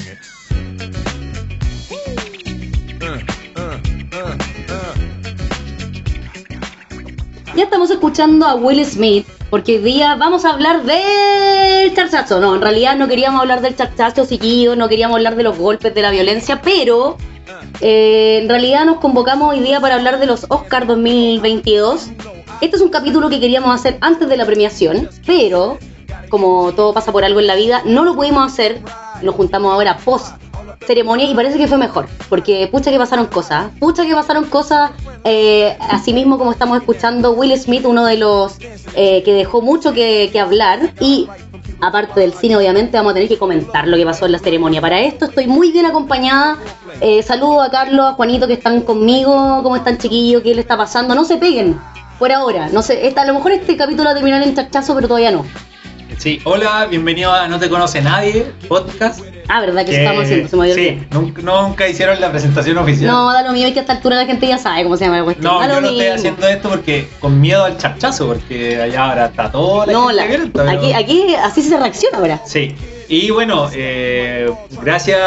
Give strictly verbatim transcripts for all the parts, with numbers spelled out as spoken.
Ya estamos escuchando a Will Smith, porque hoy día vamos a hablar del charchazo. No, en realidad no queríamos hablar del charchazo, chiquillos, no queríamos hablar de los golpes, de la violencia, pero eh, en realidad nos convocamos hoy día para hablar de los Oscars dos mil veintidós. Este es un capítulo que queríamos hacer antes de la premiación, pero como todo pasa por algo en la vida, no lo pudimos hacer. Nos juntamos ahora post ceremonia y parece que fue mejor, porque pucha que pasaron cosas, pucha que pasaron cosas, eh, así mismo como estamos escuchando Will Smith, uno de los eh, que dejó mucho que, que hablar, y aparte del cine obviamente vamos a tener que comentar lo que pasó en la ceremonia. Para esto estoy muy bien acompañada, eh, saludo a Carlos, a Juanito que están conmigo. ¿Cómo están, chiquillos? ¿Qué le está pasando? No se peguen por ahora, no sé, esta, a lo mejor este capítulo va a terminar en chachazo, pero todavía no. Sí, hola, bienvenido a No Te Conoce Nadie, podcast. Ah, ¿verdad que, que eso estamos haciendo? Se me dio sí, nunca, nunca hicieron la presentación oficial. No, da lo mío, y que a esta altura la gente ya sabe cómo se llama la cuestión. No, da yo lo no mismo. estoy haciendo esto porque con miedo al charchazo, porque allá ahora está toda la no, gente la, violenta, pero... aquí, aquí así se reacciona ahora. Sí, y bueno, eh, gracias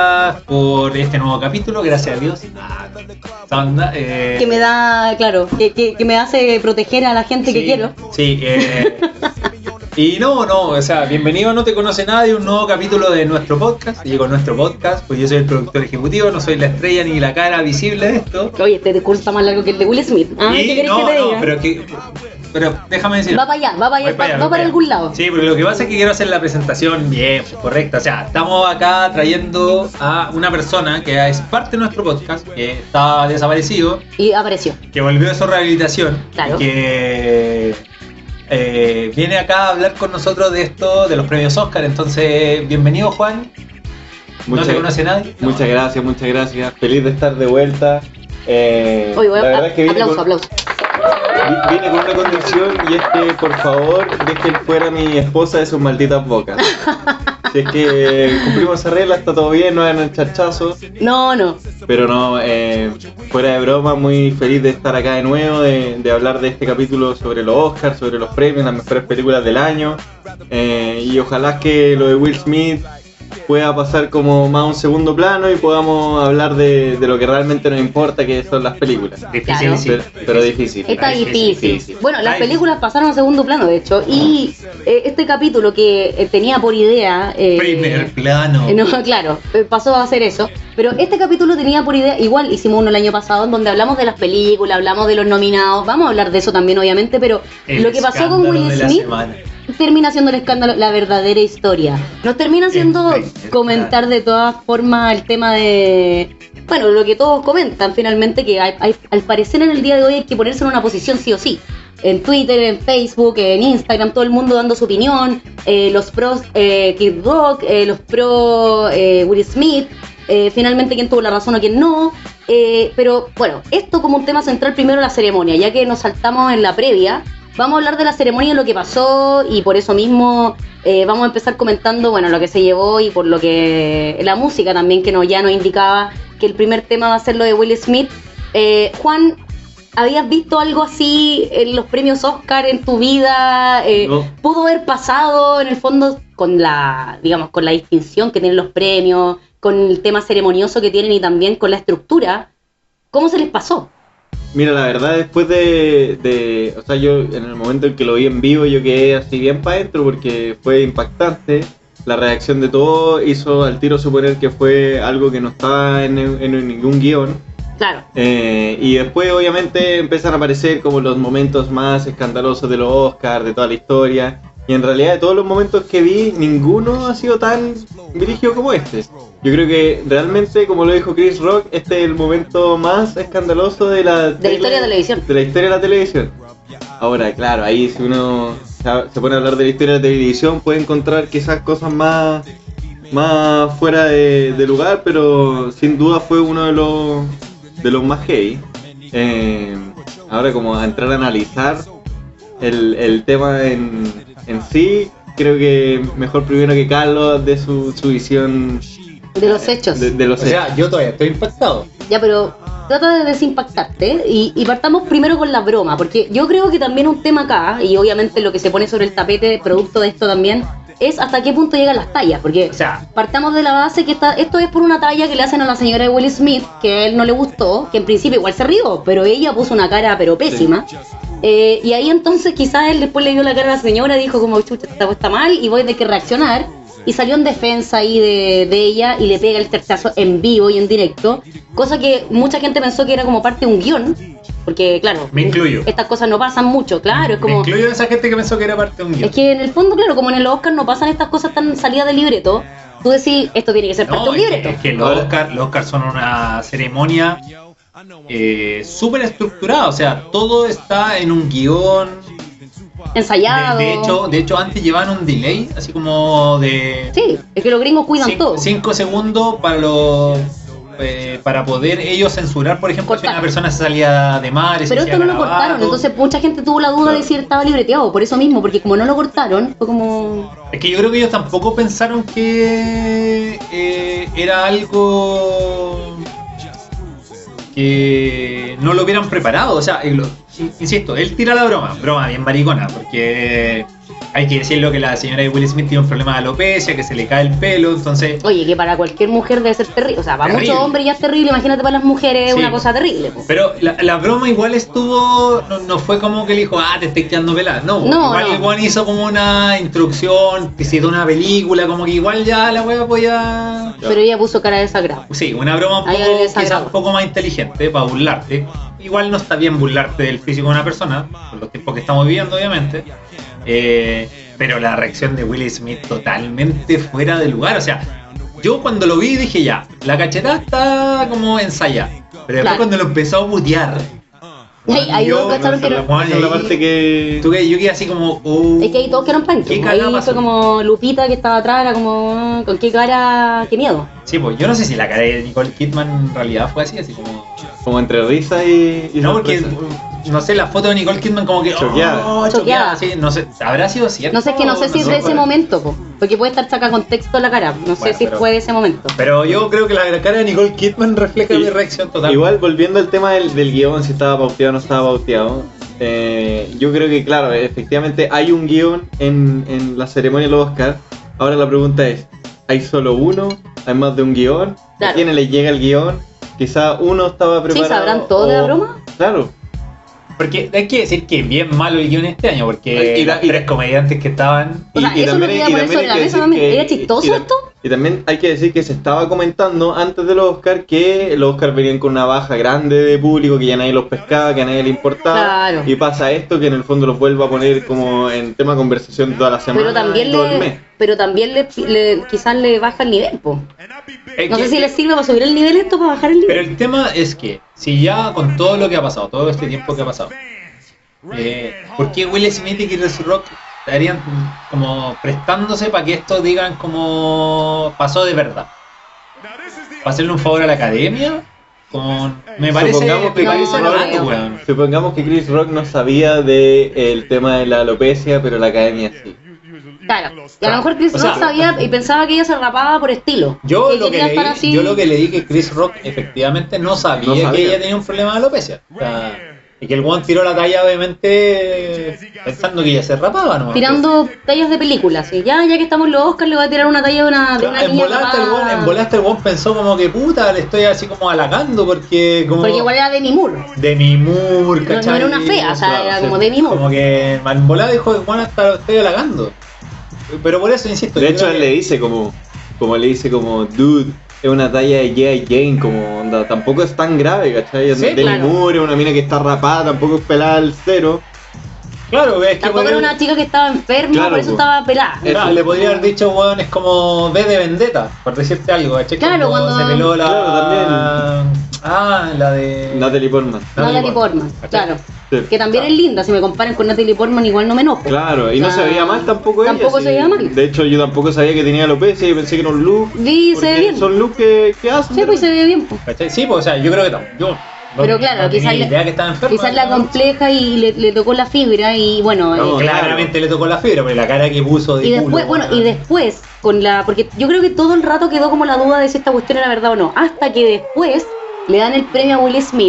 por este nuevo capítulo, gracias a Dios. Onda, eh... Que me da, claro, que, que, que me hace proteger a la gente sí, que quiero. Sí, eh... Y no, no, o sea, bienvenido a No Te Conoce Nadie, un nuevo capítulo de nuestro podcast. Y con nuestro podcast, pues yo soy el productor ejecutivo, no soy la estrella ni la cara visible de esto. Oye, este discurso está más largo que el de Will Smith. Ah, y ¿qué querés no, que te no, diga? pero que, pero déjame decir. Va para allá, va para allá, Voy para, va, allá, va para allá. algún lado. Sí, porque lo que pasa es que quiero hacer la presentación bien, correcta. O sea, estamos acá trayendo a una persona que es parte de nuestro podcast, que estaba desaparecido. Y apareció. Que volvió de su rehabilitación. Claro. Y que... Eh, viene acá a hablar con nosotros de esto, de los premios Oscar. Entonces, bienvenido, Juan. Muchas, no te conoce nadie. No. Muchas gracias, muchas gracias. Feliz de estar de vuelta. Eh, Oye, voy a, la verdad es que vine aplauso, con, aplauso. Vine con una condición, y es que, por favor, dejen fuera a mi esposa de sus malditas bocas. Si es que cumplimos esa regla, está todo bien, no hagan el charchazo. No, no. Pero no, eh, fuera de broma, muy feliz de estar acá de nuevo, de, de hablar de este capítulo sobre los Oscars, sobre los premios, las mejores películas del año. Eh, y ojalá que lo de Will Smith pueda pasar como más a un segundo plano y podamos hablar de, de lo que realmente nos importa, que son las películas. Difícil, Claro. Pero, pero difícil. Está difícil. difícil. Bueno, las Está películas pasaron a segundo plano, de hecho. Y eh, este capítulo que eh, tenía por idea... Eh, Primer plano. eh, no, claro, eh, pasó a hacer eso. Pero este capítulo tenía por idea... Igual hicimos uno el año pasado en donde hablamos de las películas, hablamos de los nominados. Vamos a hablar de eso también, obviamente. Pero El lo que pasó con escándalo Will de la Smith... semana. termina siendo el escándalo, la verdadera historia. Nos termina siendo El primer comentar de todas formas el tema de... Bueno, lo que todos comentan finalmente, que hay, hay, al parecer en el día de hoy hay que ponerse en una posición sí o sí. En Twitter, en Facebook, en Instagram, todo el mundo dando su opinión. Eh, los pros eh, Kid Rock, eh, los pros eh, Will Smith. Eh, finalmente quién tuvo la razón o quién no. Eh, pero bueno, esto como un tema central, primero la ceremonia, ya que nos saltamos en la previa. Vamos a hablar de la ceremonia, lo que pasó, y por eso mismo eh, vamos a empezar comentando, bueno, lo que se llevó y por lo que la música también, que nos, ya nos indicaba que el primer tema va a ser lo de Will Smith. Eh, Juan, ¿habías visto algo así en los premios Oscar en tu vida? Eh, No. ¿Pudo haber pasado en el fondo con la, digamos, con la distinción que tienen los premios, con el tema ceremonioso que tienen y también con la estructura? ¿Cómo se les pasó? Mira, la verdad, después de, de... O sea, yo en el momento en que lo vi en vivo, yo quedé así bien para adentro porque fue impactante. La reacción de todos hizo al tiro suponer que fue algo que no estaba en, en ningún guión. Claro. Eh, y después obviamente empiezan a aparecer como los momentos más escandalosos de los Oscars, de toda la historia. Y en realidad de todos los momentos que vi, ninguno ha sido tan brígido como este. Yo creo que realmente, como lo dijo Chris Rock, este es el momento más escandaloso de la, De la historia de la televisión. De la historia de la televisión. Ahora, claro, ahí si uno se pone a hablar de la historia de la televisión, puede encontrar quizás cosas más, más fuera de, de lugar, pero sin duda fue uno de los, de los más heavy. Eh, ahora, como a entrar a analizar el, el tema en, en sí, creo que mejor primero que Carlos de su, su visión De los hechos. de, de los O sea, yo todavía estoy impactado. Ya, pero trata de desimpactarte y, y partamos primero con la broma, porque yo creo que también un tema acá, y obviamente lo que se pone sobre el tapete producto de esto también, es hasta qué punto llegan las tallas, porque O sea, partamos de la base que esta, esto es por una talla que le hacen a la señora de Will Smith, que a él no le gustó, que en principio igual se rió, pero ella puso una cara pero pésima. Eh, y ahí entonces quizás él después le dio la cara a la señora, dijo como, chucha, esta está mal y voy a tener que reaccionar. Y salió en defensa ahí de, de ella y le pega el terchazo en vivo y en directo, cosa que mucha gente pensó que era como parte de un guión, porque claro, Me incluyo. estas cosas no pasan mucho, claro, es me como... incluyo a esa gente que pensó que era parte de un guión. Es que en el fondo, claro, como en el Oscar no pasan estas cosas tan salidas del libreto, tú decís, esto tiene que ser parte No, de un es que, libreto. es que los Oscar, los Oscar son una ceremonia eh, súper estructurada, o sea, todo está en un guión. Ensayado. De, de hecho, de hecho, antes llevaban un delay, así como de Sí, es que los gringos cuidan todo. cinco segundos para los eh, para poder ellos censurar, por ejemplo, Cortar. si una persona se salía de mar, Pero esto no lo cortaron, entonces mucha gente tuvo la duda de si estaba libreteado, por eso mismo, porque como no lo cortaron, fue como... Es que yo creo que ellos tampoco pensaron que eh, era algo que no lo hubieran preparado. O sea, eh, lo- insisto, él tira la broma, broma bien maricona, porque hay que decirlo que la señora de Will Smith tiene un problema de alopecia, que se le cae el pelo, entonces... Oye, que para cualquier mujer debe ser terrible, o sea, para Terrible. muchos hombres ya es terrible, imagínate para las mujeres es Sí. una cosa terrible. Po. Pero la, la broma igual estuvo, no, no fue como que le dijo, ah, te estoy quedando pelada. No, No, igual no. igual hizo como una introducción, te citó una película, como que igual ya la wea podía... Pero ella puso cara de desagrado. Sí, una broma un Ahí poco, le desagrado. quizás un poco más inteligente para burlarte. Igual no está bien burlarte del físico de una persona, por los tiempos que estamos viviendo, obviamente. Eh, pero la reacción de Will Smith totalmente fuera de lugar. O sea, yo cuando lo vi dije ya, la cachetada está como ensayada. Pero después Claro. cuando lo empezó a putear, Ahí- ahí yo- todos cacharon que la, no- Juan, esa es la ahí- parte que... tú que yo quedé así como, oh, Es que ahí todos quedaron pánicos. ¿Qué Ahí cagada pasó? fue como Lupita que estaba atrás, era como, ¿con qué cara? ¡Qué miedo! sí, pues yo no sé si la cara de Nicole Kidman en realidad fue así, así como... Como entre risa y... y No, porque, sorpresa. no sé, la foto de Nicole Kidman como que... Choqueada. Oh, choqueada. Choqueada. Sí, no sé, ¿habrá sido cierto? No sé, es que no sé si es de ese pero- momento, po, porque puede estar saca contexto la cara. No sé Bueno, si pero- fue de ese momento. Pero yo creo que la cara de Nicole Kidman refleja Y- mi reacción total. Igual, volviendo al tema del, del guión, si estaba pauteado o no estaba pauteado, eh, yo creo que, claro, efectivamente hay un guión en, en la ceremonia de los Oscar. Ahora la pregunta es, ¿hay solo uno? ¿Hay más de un guión? Claro. ¿A quiénes les llega el guión? Quizá uno estaba preparado. ¿sabrán todo de la broma? Claro. Porque hay que decir que bien malo el guión este año, porque Y la- los y- tres comediantes que estaban... O sea, eso es lo que iba a poner sobre hay la que mesa decir también. que- ¿Era chistoso y- y- esto? Y también hay que decir que se estaba comentando antes de los Oscar que los Oscar venían con una baja grande de público, que ya nadie los pescaba, que a nadie le importaba. Claro. Y pasa esto que en el fondo los vuelve a poner como en tema de conversación toda la semana. Pero también todo el mes. le, pero también le, le- quizás le baja el nivel, po. Es No que- sé si le sirve para subir el nivel esto o para bajar el Pero nivel. el tema es que, si ya con todo lo que ha pasado, todo este tiempo que ha pasado, eh, ¿por qué Will Smith y Chris Rock estarían como prestándose para que esto digan como pasó de verdad? ¿Para hacerle un favor a la academia? Con... Me parece, Supongamos que me no, parece Chris no raro, creo. weón. Supongamos que Chris Rock no sabía del tema de la alopecia, pero la academia sí. Claro. Y a lo mejor Chris O sea, Rock sabía y pensaba que ella se rapaba por estilo. Yo lo, que quería estar leí, así. yo lo que leí que Chris Rock efectivamente no sabía, No sabía. que ella tenía un problema de alopecia. O sea, y que el one tiró la talla obviamente pensando que ella se rapaba, ¿no? Tirando tallas de películas. Y ya, ya que estamos en los Oscars, le voy a tirar una talla de una, de una en niña volaste el rapada. one, en volaste el one pensó como que puta, le estoy así como halagando porque como Porque igual era Demi Moore. Demi Moore, No, ¿cachai? no era una fea, o sea, Claro, era sí. como Demi Moore. Como que en volada dijo que bueno, hasta lo estoy halagando. Pero por eso insisto. De yo hecho, creo él que- le dice como, como le dice como, dude, es una talla de G I. Jane, como onda, tampoco es tan grave, ¿cachai? Sí, Demi claro. Moore es una mina que está rapada, tampoco es pelada al cero. Claro, es que Tampoco por era él- una chica que estaba enferma, Claro, por eso po. estaba pelada. Eh, Ah, Eso. le podría haber dicho, weón, es como V de Vendetta, por decirte algo, ¿cachai? Claro, cuando- se peló la... Claro, también. Ah, la de... Natalie Portman. Natalie Portman, ¿cachai? claro. Sí. Que también Claro. es linda, si me comparan con Natalie Portman igual no me enojo. Claro, y no Ah, se veía mal tampoco ella. tampoco sí. se veía mal. De hecho, yo tampoco sabía que tenía alopecia y pensé que era un look. Sí, se ve porque bien. Son looks que, que hacen. Sí, pues se ve bien. po. ¿Cachai? Sí, pues, o sea, yo creo que no. Yo no, Pero claro, no tenía quizás, idea le- que estaba enferma. quizás la ¿no? compleja y le, le tocó la fibra y bueno. No, eh, Claramente le tocó la fibra, pero la cara que puso de y después, culo, bueno, weón. y después con la, porque yo creo que todo el rato quedó como la duda de si esta cuestión era verdad o no, hasta que después le dan el premio a Will Smith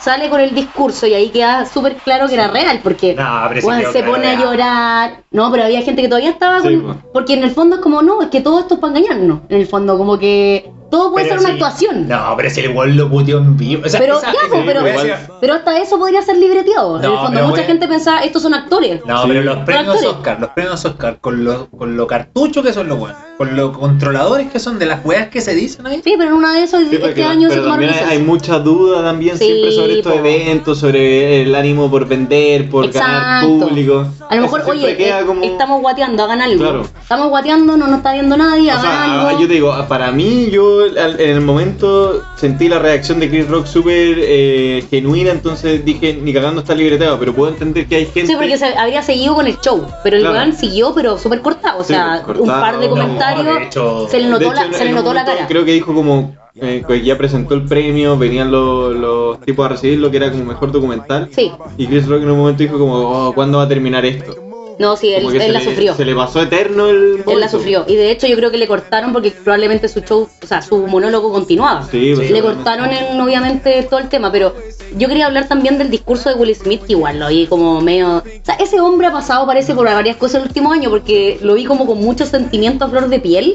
sale con el discurso y ahí queda súper claro que era real, porque No, pero sí Juan quedó se claro, pone a ya. llorar. No, pero había gente que todavía estaba Sí, con... pues. Porque en el fondo es como, no, es que todo esto es para engañarnos. En el fondo, como que todo puede Pero ser una sí. actuación. No, pero si el igual lo puteó en vivo. O sea, Pero, esa- ya, esa- pues, pero- voy a decir- Pero hasta eso podría ser libreteado. en No, el fondo, pero mucha voy a- gente pensaba, estos son actores. No, Sí. pero los premios actores. Oscar, los premios Oscar, con lo, con lo cartuchos que son los buenos, con los controladores que son de las weas que se dicen ahí. Sí, pero en una de esos, Sí, este porque- año se pero tomaron también hay, licencia. hay mucha duda también Sí, siempre sobre estos po. eventos, sobre el ánimo por vender, por ganar Exacto. público. A lo mejor, Eso siempre oye, queda eh, como- estamos guateando, hagan algo. Claro. Estamos guateando, no nos está viendo nadie, O hagan sea, algo. yo te digo, para mí, yo al- en el momento sentí la reacción de Chris Rock súper eh, genuina, entonces dije, ni cagando está libreteado, pero puedo entender que hay gente... Sí, porque se habría seguido con el show, pero el Claro. weón siguió, pero súper cortado. O Sí, sea, pues, un cortado. par de No, comentarios, de hecho- se le De notó, hecho, la, en- se le en un notó la momento cara. Creo que dijo como eh, que ya presentó el premio, venían los, los tipos a recibirlo, que era como mejor documental. Sí, Y Chris Rock en un momento dijo como, oh, ¿cuándo va a terminar esto? no, sí, él, Como que él se la le- sufrió. Se le pasó eterno el Él la momento. sufrió. Y de hecho yo creo que le cortaron porque probablemente su show, o sea, su monólogo continuaba. Sí, pues, Le seguramente. cortaron en, obviamente todo el tema, pero yo quería hablar también del discurso de Will Smith, que igual lo vi como medio... O sea, ese hombre ha pasado parece por varias cosas el último año, porque lo vi como con muchos sentimientos a flor de piel,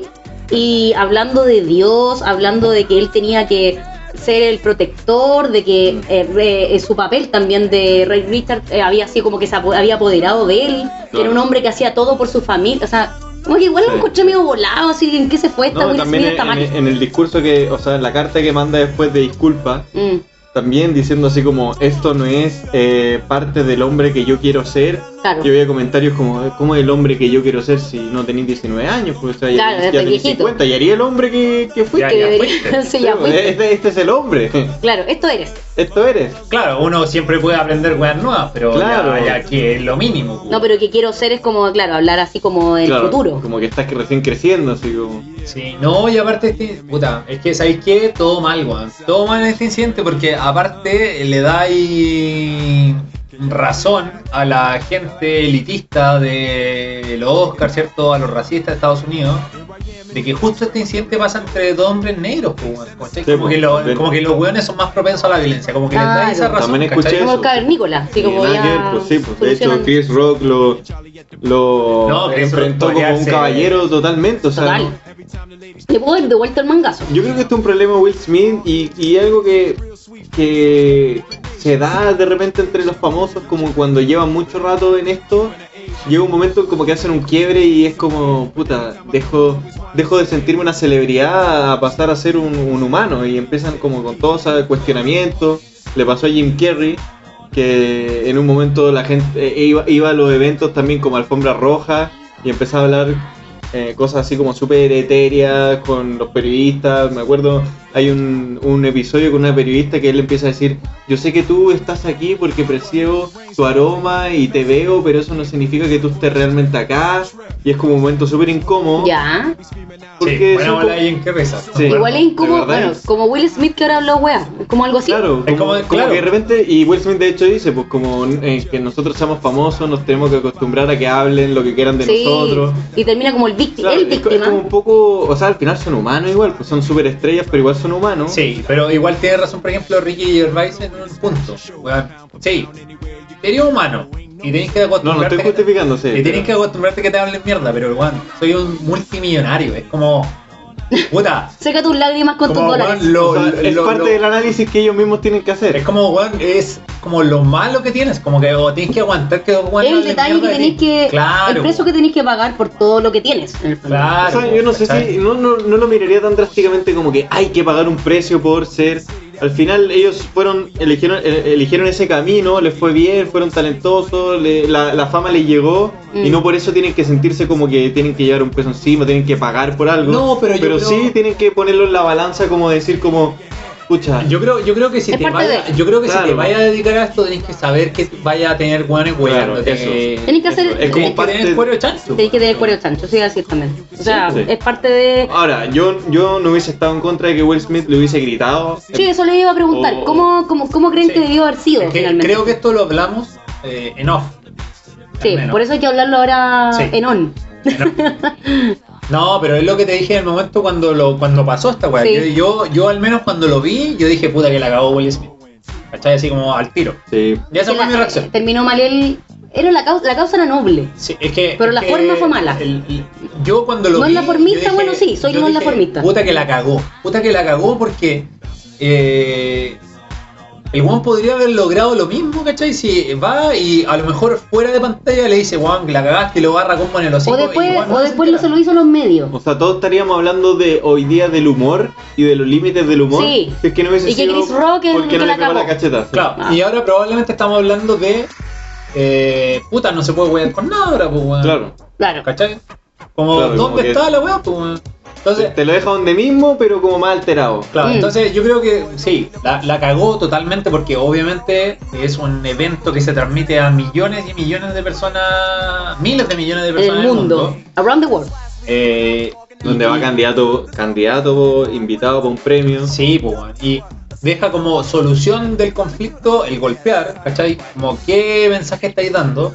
y hablando de Dios, hablando de que él tenía que ser el protector, de que Mm. eh, re- eh, su papel también de Ray Richard eh, había sido como que se apo- había apoderado de él, que era un hombre que hacía todo por su familia, o sea, como que igual lo Sí. encontré medio volado, así, ¿en qué se fue esta No, Will también Smith en, está mal? en- en el discurso que, o sea, en la carta que manda después de disculpa, Mm, también diciendo así como, esto no es eh, parte del hombre que yo quiero ser. claro. Yo veía comentarios como, ¿cómo es el hombre que yo quiero ser si no tenéis diecinueve años? Pues, o sea, ya Claro, tenés- desde ya tenés viejito. cincuenta, y haría el hombre que, que fuiste. que ya debería- fuiste. sí, ya Sí, pues, fuiste. este, este es el hombre. Claro, esto eres. Esto eres. Claro, uno siempre puede aprender weas nuevas, pero Claro. ya, ya que es lo mínimo. No, pero que quiero ser es como, claro, hablar así como del Claro, futuro. Como que estás que recién creciendo, así como... Sí, no, y aparte, este, puta, es que ¿sabéis qué? Todo mal, weón. Todo mal en este incidente, porque aparte le da ahí razón a la gente elitista de los Oscars, ¿cierto? A los racistas de Estados Unidos, de que justo este incidente pasa entre dos hombres negros, pues, weón, ¿cachai? Sí, como, pues, que lo- también. como que los weones son más propensos a la violencia, como que les da Claro. esa razón, También escuché ¿cachai? eso. Como cavernícola, así como Y nada ya. que ver, pues sí, pues, de hecho solucionan- Chris Rock lo, lo No, Chris enfrentó Rock como un podría ser- caballero totalmente, o sea, Total. no- Le puedo dar de vuelta el mangazo. yo creo que esto es un problema de Will Smith y, y algo que, que se da de repente entre los famosos, como cuando llevan mucho rato en esto, llega un momento como que hacen un quiebre y es como, puta, dejo, dejo de sentirme una celebridad a pasar a ser un, un humano, y empiezan como con todos esos cuestionamientos. Le pasó a Jim Carrey, que en un momento la gente eh, iba, iba a los eventos también como alfombra roja y empezaba a hablar eh, cosas así como súper etéreas con los periodistas. Me acuerdo, hay un, un episodio con una periodista que él empieza a decir, yo sé que tú estás aquí porque percibo tu aroma y te veo, pero eso no significa que tú estés realmente acá. Y es como un momento súper incómodo. Ya. Porque Sí, buena son bola como- ahí en qué risa. Sí. Igual es incómodo, ¿de verdad? bueno, como Will Smith que ahora habló wea. Es como algo así. Claro, Es como, como- como claro. que de repente, y Will Smith de hecho dice, pues como eh, que nosotros seamos famosos, nos tenemos que acostumbrar a que hablen lo que quieran de Sí. nosotros. Y termina como el víctima. Claro, el es, co- es víctima. como un poco, o sea, al final son humanos igual, pues son súper estrellas, pero igual son humanos. Sí, pero igual tiene razón, por ejemplo, Ricky Gervais en un punto. Weón. Sí, eres humano y tenés que No, no acostumbrarte. estoy justificando, sí. y tenés pero- que acostumbrarte que te hablen mierda, pero weón, soy un multimillonario, es como. Puta. Seca tus lágrimas con tus como, dólares. weón, lo- O sea, es lo- parte lo- del análisis que ellos mismos tienen que hacer. Es como, weón, es como lo malo que tienes, como que o tienes que aguantar que weón el hablen detalle que mierda de tenéis ti. que. Claro, el precio que tenéis que pagar por todo lo que tienes. En el fondo. Claro. O sea, yo no sé ¿cachai? si, no, no, no lo miraría tan drásticamente como que hay que pagar un precio por ser. Al final ellos fueron, eligieron, eh, eligieron ese camino, les fue bien, fueron talentosos, le- la, la fama les llegó y Mm. no por eso tienen que sentirse como que tienen que llevar un peso encima, tienen que pagar por algo. No, pero yo creo- sí tienen que ponerlo en la balanza, como decir como, pucha, Yo creo, yo creo que si Es te parte vaya, de- yo creo que si Claro. te vayas a dedicar a esto tenés que saber que vaya a tener guanes Claro, hueándote. eso. Tenés que hacer- es Tenés como que parte. tener cuero de chancho. Tenéis que tener cuero chancho, sí, así también. O sea, Sí. es parte de. Ahora, yo, yo no hubiese estado en contra de que Will Smith le hubiese gritado. Sí, eso le iba a preguntar. O- ¿Cómo, cómo, cómo creen Sí. que debió haber sido Es que finalmente? creo que esto lo hablamos eh, en off. Sí, Al menos. por eso hay que hablarlo ahora Sí. en on. No, pero es lo que te dije en el momento cuando lo cuando pasó esta weá. Sí. Yo, yo, yo al menos cuando lo vi, yo dije, puta que la cagó Will Smith. ¿cachai? Así como al tiro. Sí. Y esa Que fue la- mi reacción. Terminó mal él. Era la causa, la causa era noble. Sí, es que, Pero es la que forma fue mala. el- el- yo cuando lo No vi, es la formista, yo dije- bueno, sí, soy yo no es la dije, formista. Puta que la cagó. Puta que la cagó porque eh, el Juan podría haber logrado lo mismo, ¿cachai? Si va y a lo mejor fuera de pantalla le dice, Juan, la cagaste y lo agarra como en el hocico. O después, y Juan no o se después lo, entera. se lo hizo los medios. O sea, todos estaríamos hablando de hoy día del humor y de los límites del humor. Sí. Si es que no hubiese Y que sido Chris Rock es el porque que no la le pegó la cagó. cacheta. sí. Claro, Ah. y ahora probablemente estamos hablando de. Eh, puta, no se puede wear con nada ahora, pues, weón. Claro. Claro. ¿Cachai? Como, Claro, ¿dónde como que- está la weá, pues, weón? Entonces, Te lo deja donde mismo, pero como más alterado. claro, Mm. entonces yo creo que sí, la, la cagó totalmente porque obviamente es un evento que se transmite a millones y millones de personas, miles de millones de En personas el mundo. Around the world. Eh, Donde y- va candidato, candidato, invitado para un premio. Sí, pues, weón. Y deja como solución del conflicto el golpear, ¿cachai? Como qué mensaje estáis dando.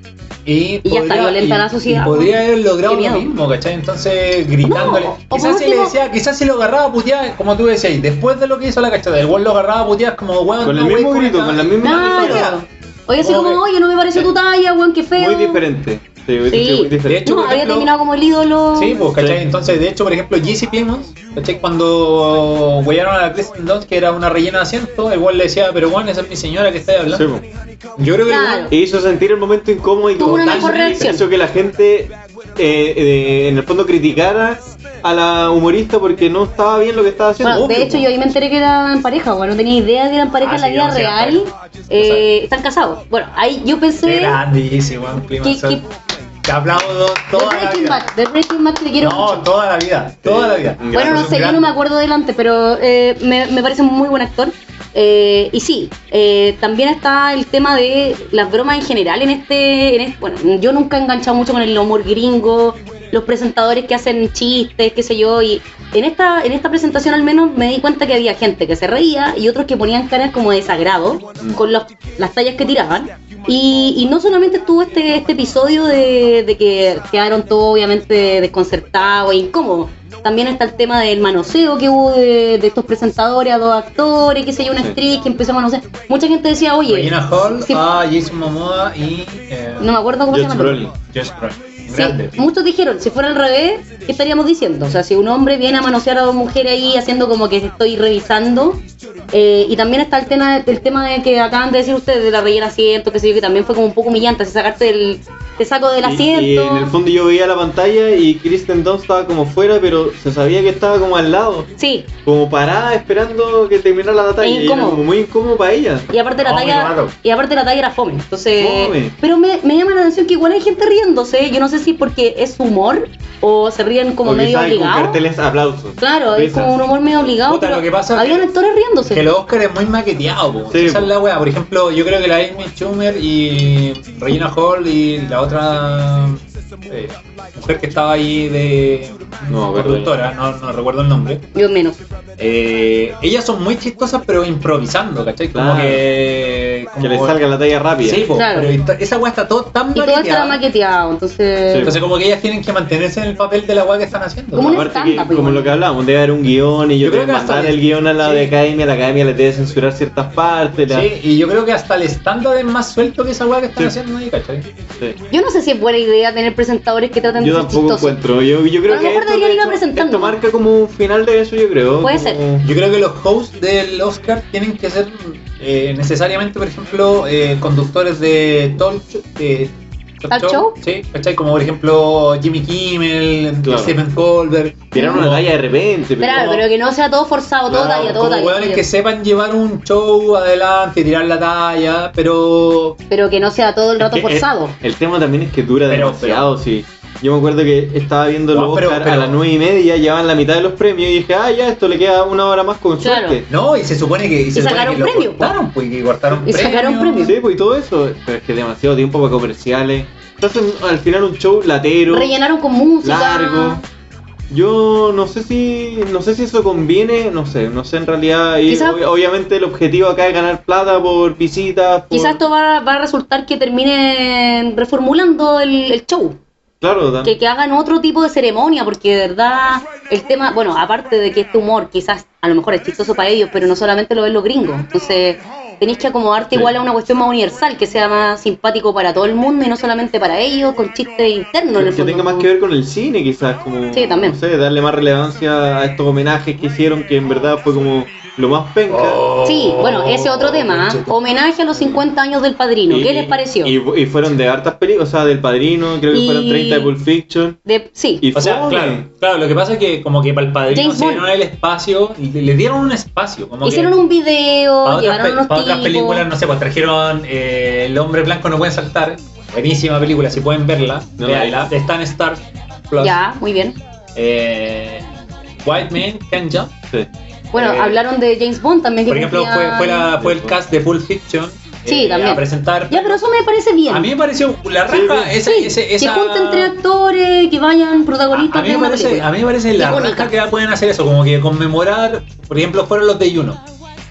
Y, Y ya está violenta la sociedad, y podría haber logrado Qué lo miedo. mismo, ¿cachai? Entonces gritándole. No, o por quizás si le último- decía, quizás si lo agarraba a putear, como tú decías, después de lo que hizo la cachada, el weón lo agarraba a putear como weón. Con no, el wey, mismo grito, esta- con la misma Claro. Oye, así Como como, que- oye, no me parece tu talla, weón, qué feo. Muy diferente. Sí, hubiese Sí. sido muy diferente. De hecho, No, por había ejemplo- terminado como el ídolo. Sí, pues, ¿cachai? Sí. Entonces, de hecho, por ejemplo, Jesse Plemons, ¿cachai? Cuando huellaron a la Kristen Dunst, que era una rellena de asiento, el weón le decía, pero weón, esa es mi señora que está hablando. Sí, po. Yo creo que el Claro. weón- E hizo sentir el momento incómodo y Tuvo una totalmente mejor reacción. hizo que la gente eh, eh, en el fondo criticara a la humorista porque no estaba bien lo que estaba haciendo. Bueno, de Obvio, hecho, po. yo ahí me enteré que eran pareja, weón. No tenía idea de que eran pareja Ah, en la sí, vida no, sí, eran real. pareja. Eh, están casados. Bueno, ahí yo Qué pensé. grande Jesse, weón, Plemons. ¿Qué- qué- Te aplaudo De toda la Breaking vida. Bad, de Breaking Bad te quiero No, mucho. toda la vida, toda la vida. Sí. Bueno, no Es un sé, yo gran- no me acuerdo delante, pero eh, me, me parece un muy buen actor. Eh, y sí, eh, también está el tema de las bromas en general en este, en este- bueno, yo nunca he enganchado mucho con el humor gringo, los presentadores que hacen chistes, qué sé yo, y en esta, en esta presentación al menos me di cuenta que había gente que se reía y otros que ponían caras como de desagrado con los- las tallas que tiraban. Y, y no solamente estuvo este, este episodio de, de que quedaron todos obviamente desconcertados e incómodos. También está el tema del manoseo que hubo de, de estos presentadores a dos actores, qué sé yo, una Sí. actriz que empezó a manosear. Mucha gente decía, oye, Regina Hall, sí, a Jason Momoa y. Eh, no me acuerdo cómo se Josh llama. Brolin. Josh Brolin. Sí, Grande. muchos dijeron, si fuera al revés, ¿qué estaríamos diciendo? O sea, si un hombre viene a manosear a dos mujeres ahí haciendo como que estoy revisando, eh, y también está el tema, el tema de que acaban de decir ustedes de la rellena asiento, que sé yo, que también fue como un poco humillante, así sacarte del, te saco del Y- Y, asiento. en el fondo yo veía la pantalla y Kristen Dunst estaba como fuera, pero se sabía que estaba como al lado, Sí, como parada esperando que terminara la batalla. Es Y era incómodo. como muy incómodo para ella. y aparte la No, muy talla, raro. y aparte la talla era fome. Entonces, Fome. pero me, me llama la atención que igual hay gente riéndose. Yo no sé si porque es humor o se ríen como O medio quizás con obligados. carteles aplausos. Claro, es Risas. como un humor medio obligado, Puta, pero lo que pasa es habían que- actores riéndose. Que los Oscar es muy maqueteado, po. Sí, Esa po. es la wea. Por ejemplo, yo creo que la Amy Schumer y Regina Hall y la otra eh, mujer que estaba ahí de No, de verdad. productora, no, no recuerdo el nombre. Yo menos. Eh, ellas son muy chistosas, pero improvisando, ¿cachai? Como Claro. que. Como, Que le salga la talla rápida. Sí, po, Claro. pero esta- esa wea está todo tan Y todo estaba maqueteada. maqueteado, entonces. Sí. Entonces, como que ellas tienen que mantenerse en el papel de la wea que están haciendo. Como un Aparte que, stand-up, como igual. lo que hablábamos, debe haber un guión y Yo yo creo debe que hasta mandar el- el guión a la sí. de academia, la academia le debe censurar ciertas partes. la- Sí, y yo creo que hasta el estándar es más suelto que esa wea que están Sí. haciendo ahí, ¿cachai? sí. Yo no sé si es buena idea tener presentadores que traten Yo de ser tampoco chistosos. encuentro. Yo, yo creo A lo que mejor esto, deberían de ir hecho, presentando. esto marca como un final de eso, yo creo. Puede como- ser. Yo creo que los hosts del Oscar tienen que ser eh, necesariamente, por ejemplo, eh, conductores de talk, show- de ¿Talk show? Sí, ¿cachai? Como por ejemplo Jimmy Kimmel, Claro. Stephen Colbert. Tirar una como- talla de repente. pero- Claro, pero que no sea todo forzado, todo Claro, talla, todo como talla. hueones que sepan llevar un show adelante, tirar la talla, pero Pero que no sea todo el rato Es que forzado. El, el tema también es que dura Pero- demasiado, sí. Yo me acuerdo que estaba viendo los No, pero- Oscar pero- a las nueve y media, llevaban la mitad de los premios y dije, ah, ya, esto le queda una hora más con Claro. suerte. no, y se supone que y se Y supone sacaron que lo premio, cortaron, pues, que cortaron Y sacaron premio. Sí, pues y todo eso, pero es que demasiado tiempo para comerciales. Entonces, al final un show latero, Rellenaron con música. largo. Yo no sé si no sé si eso conviene, no sé, no sé en realidad. Y Quizás- ob- obviamente el objetivo acá es ganar plata por visitas. Por... Quizás esto va, va a resultar que terminen reformulando el, el show. Claro, tam- Que, que hagan otro tipo de ceremonia, porque de verdad el tema, bueno, aparte de que este humor quizás a lo mejor es chistoso para ellos, pero no solamente lo ven los gringos. Entonces, tenéis que acomodarte Sí. igual a una cuestión más universal, que sea más simpático para todo el mundo y no solamente para ellos, con chistes internos en el Que fondo. tenga más que ver con el cine, quizás, como, Sí, también. no sé, darle más relevancia a estos homenajes que hicieron, que en verdad fue como lo más penca. Oh, Sí, bueno, ese otro tema, ¿eh? Homenaje a los cincuenta años del Padrino, Y- ¿qué les pareció? Y, y fueron de hartas películas, o sea, del Padrino, creo que Y- fueron treinta de Pulp Fiction. De, sí, Y O sea, fome. claro, claro, lo que pasa es que como que para el padrino James se Bond. dieron el espacio, y le, le dieron un espacio, como hicieron que un video, para otras, llevaron pe- unos para otras tipos. películas, no sé, pues trajeron eh, El Hombre Blanco No Puede Saltar, buenísima película, si pueden verla, No, véanla, está en Star Plus. Ya, muy bien. Eh, White Man Can Jump, Sí. Bueno, Eh, hablaron de James Bond también. Que por ejemplo, fue, cumplía- fue, la, fue el cast de Pulp Fiction Sí, eh, también. a presentar. Ya, pero eso me parece bien. A mí me pareció la Sí, raja, bien. esa, Sí, ese- esa... que junten tres actores, que vayan A, protagonistas a mí de me una parece, película. a mí me parece la Icónica. raja que pueden hacer eso, como que conmemorar, por ejemplo, fueron los de Juno.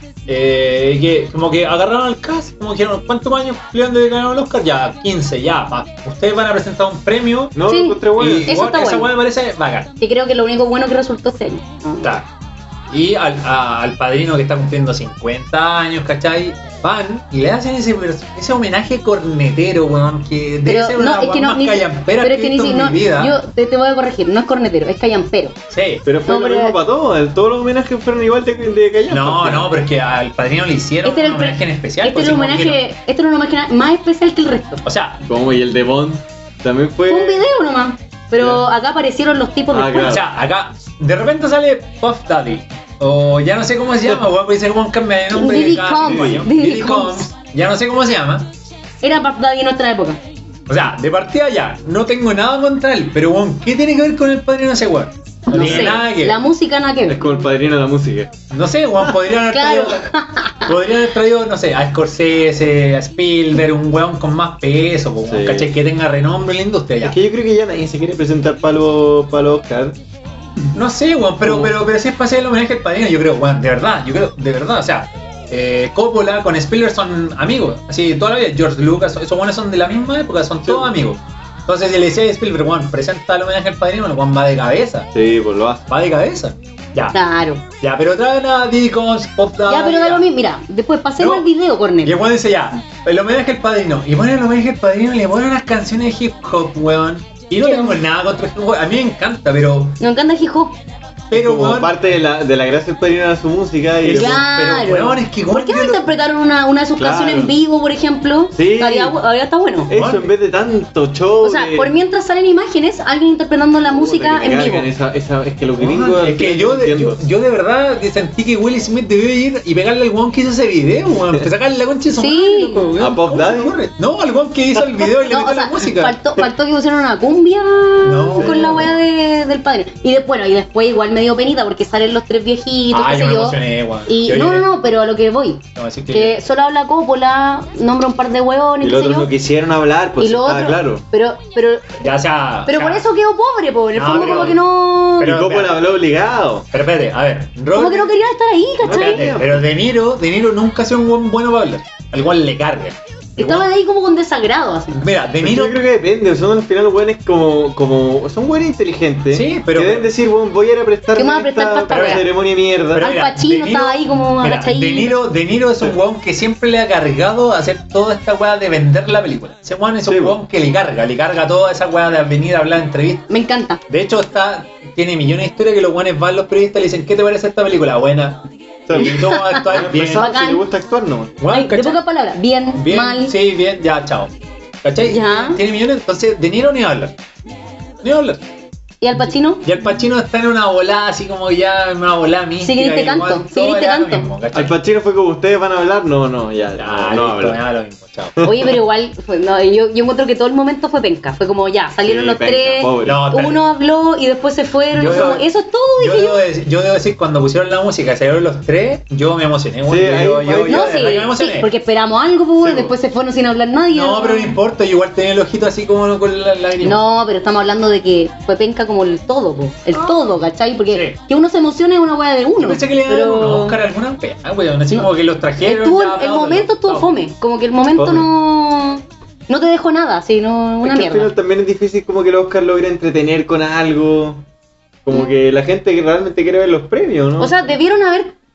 Eh, que como que agarraron al cast, como dijeron, ¿cuántos años cumplieron de ganar el Oscar? Ya, quince, ya, pa. Ustedes van a presentar un premio No, Sí. lo encontré bueno. y Eso igual, está esa bueno. weá me parece bacán. Que creo que lo único bueno que resultó este año. Ah. Claro. Y al, a- al padrino que está cumpliendo cincuenta años, ¿cachai? Van y le hacen ese, ese homenaje cornetero, weón, que debe Pero ser no, una es que weá no, más ni, callampera pero es que que he ni visto si, en no, mi vida. yo te, te voy a corregir, no es cornetero, es callampero. Sí. Pero fue No, lo pero- mismo para todos, todos los homenajes fueron igual de, de callar. No, no, pero es que al padrino le hicieron Este era un el pre- homenaje en especial. Este pues, era un como que no- homenaje, este era un homenaje más especial que el resto. O sea, Como y el de Bond también fue. Fue un video nomás. Pero Ya. acá aparecieron los tipos Ah, después. o sea, acá de repente sale Puff Daddy. O ya no sé cómo se llama, weón, porque dice Juan cambia de nombre Diddy cada Combs, cinco años. Diddy Diddy Combs. Combs. Ya no sé cómo se llama. Era Puff Daddy en nuestra época. O sea, de partida ya, no tengo nada contra él, pero weón, ¿qué tiene que ver con el padrino ese weón? No, No tiene sé. nada que ver. La música nada que Es ver. como el padrino de la música. No sé, weón, podrían haber Claro. traído. Podrían haber traído, no sé, a Scorsese, a Spielberg, un weón con más peso, po, Sí. ¿cachai? Que tenga renombre en la industria ya. Es que yo creo que ya nadie se quiere presentar para los pa los Oscar. No sé, weón, pero, ¿Cómo? pero, pero si es para hacer el homenaje al padrino, yo creo, weón, de verdad, yo creo, de verdad, o sea, eh, Coppola con Spielberg son amigos, así toda la vida, George Lucas, esos weones son de la misma época, son todos Sí. amigos. Entonces, si le decía a Spielberg, weón, presenta el homenaje al padrino, el weón va de cabeza, Sí, pues lo hace. va de cabeza. Ya, Claro. ya, pero traen a Diddy Combs, Pop Daddy, Ya, pero da ya. lo mismo. Mira, después pasemos No. al video, Y el Cornel. weón dice ya, el homenaje al padrino, y pone el homenaje al padrino y le pone unas canciones de hip hop, weón. Y no ¿Qué? tengo nada contra el hip hop, a mí me encanta, pero, Nos encanta el hip hop. pero, Como weón, parte de la, de la gracia del padrino era su música y Pero- Claro. pero, weón, es que ¿Por weón, qué no yo lo- interpretaron una, una de sus Claro. canciones en vivo, por ejemplo? Sí. Había, había está bueno. eso en vez de tanto show. O sea, de- por mientras salen imágenes, alguien interpretando la Puta, música que en me vivo. cargan esa, esa, es que los Weón, gringos. es que yo no de, yo, entiendo. yo de verdad sentí que Will Smith debió ir y pegarle al weón que hizo ese video, weón. Pues sacarle la concha de su Sí. madre, loco, weón. ¿A Pop ¿Cómo se Daddy? ocurre? No, al weón que hizo el video y le No, metió o sea, la música. faltó, faltó que pusieran una cumbia No. con la wea de, del padre. Y de- bueno, y después igual me dio penita porque salen los tres viejitos, Ah, qué yo sé me yo. emocioné, weón. Y Yo no, no, lloré. no, pero a lo que voy. No, así que- Que solo habla Coppola, nombra un par de hueones, Y qué los sé otros yo. no quisieron hablar, pues y lo estaba otro, claro. pero, pero, Ya, o sea. pero o sea, por eso quedó pobre, po. En el No, fondo pero- como que no. pero- y Coppola habló obligado. Pero espérate, a ver. como Robert- que no querían estar ahí, ¿cachai? Espérate, pero De Niro, De Niro nunca ha sido un buen bueno para hablar. Al igual le carga. El Estaban weón- ahí como con desagrado, así. Mira, De Pero Niro. yo creo que depende, son al final buenos como, como. Son buenos inteligentes. Sí, pero- Que deben decir, bueno, voy a ir a prestar ¿Qué me vas a prestar pa' esta wea? ceremonia de mierda. Pero Al mira, Pacino De Niro- estaba ahí como mira, agachadito. De Niro, De Niro es un weón que siempre le ha cargado a hacer toda esta weá de vender la película. Ese weón es un Sí, weón que le carga, le carga toda esa weá de venir a hablar en entrevistas. Me encanta. De hecho, está, tiene millones de historias que los weones van los periodistas y le dicen, ¿qué te parece esta película? Buena. Y tú vas a actuar bien. Persona, si Bacán. le gusta actuar, no. Weón, Ay, de ¿cachai? pocas palabras. Bien, Bien, mal. sí, bien, ya, chao. ¿Cachai? Ya. Tiene millones, entonces De Niro ni habla. Ni habla. ¿Y Al Pacino? Y el Pacino está en una volada así como ya en una volada mística. Sí, grite y canto, igual sí, todo grite era lo canto. mismo, ¿cachai? Al Pacino fue como ustedes van a hablar, no, no, ya, Ya, no, listo, no habla. me da lo mismo, chao. Oye, pero igual, fue- no, yo, yo encuentro que todo el momento fue penca. Fue como ya, salieron Sí, los penca, tres, pobre. No, espérate. uno habló y después se fueron. Yo y fue como, debo- eso es todo, Yo dije yo. debo, decir, yo debo decir, cuando pusieron la música y salieron los tres, yo me emocioné, güey. Sí, yo, ahí- yo, ahí- yo, yo No, de sí, verdad que me sí, emocioné. porque esperamos algo, pues, Sí, y después se fueron sin hablar nadie. No, pero no importa, yo igual tenía el ojito así como con la lágrima. No, pero estamos hablando de que fue penca como el todo, po. El todo, ¿cachai? Porque Sí. que uno se emocione es una weá de uno. Yo pensé que le iban a dar pero... un Oscar a alguna pena, güey. Así No. como que los trajeron. Estuvo- ya, el aplaudan, momento estuvo chao. fome, como que el momento Fome. no no te dejó nada, sino Es una que al mierda. final también es difícil como que el Oscar logre entretener con algo. Como que la gente que realmente quiere ver los premios, ¿no? O sea, debieron haber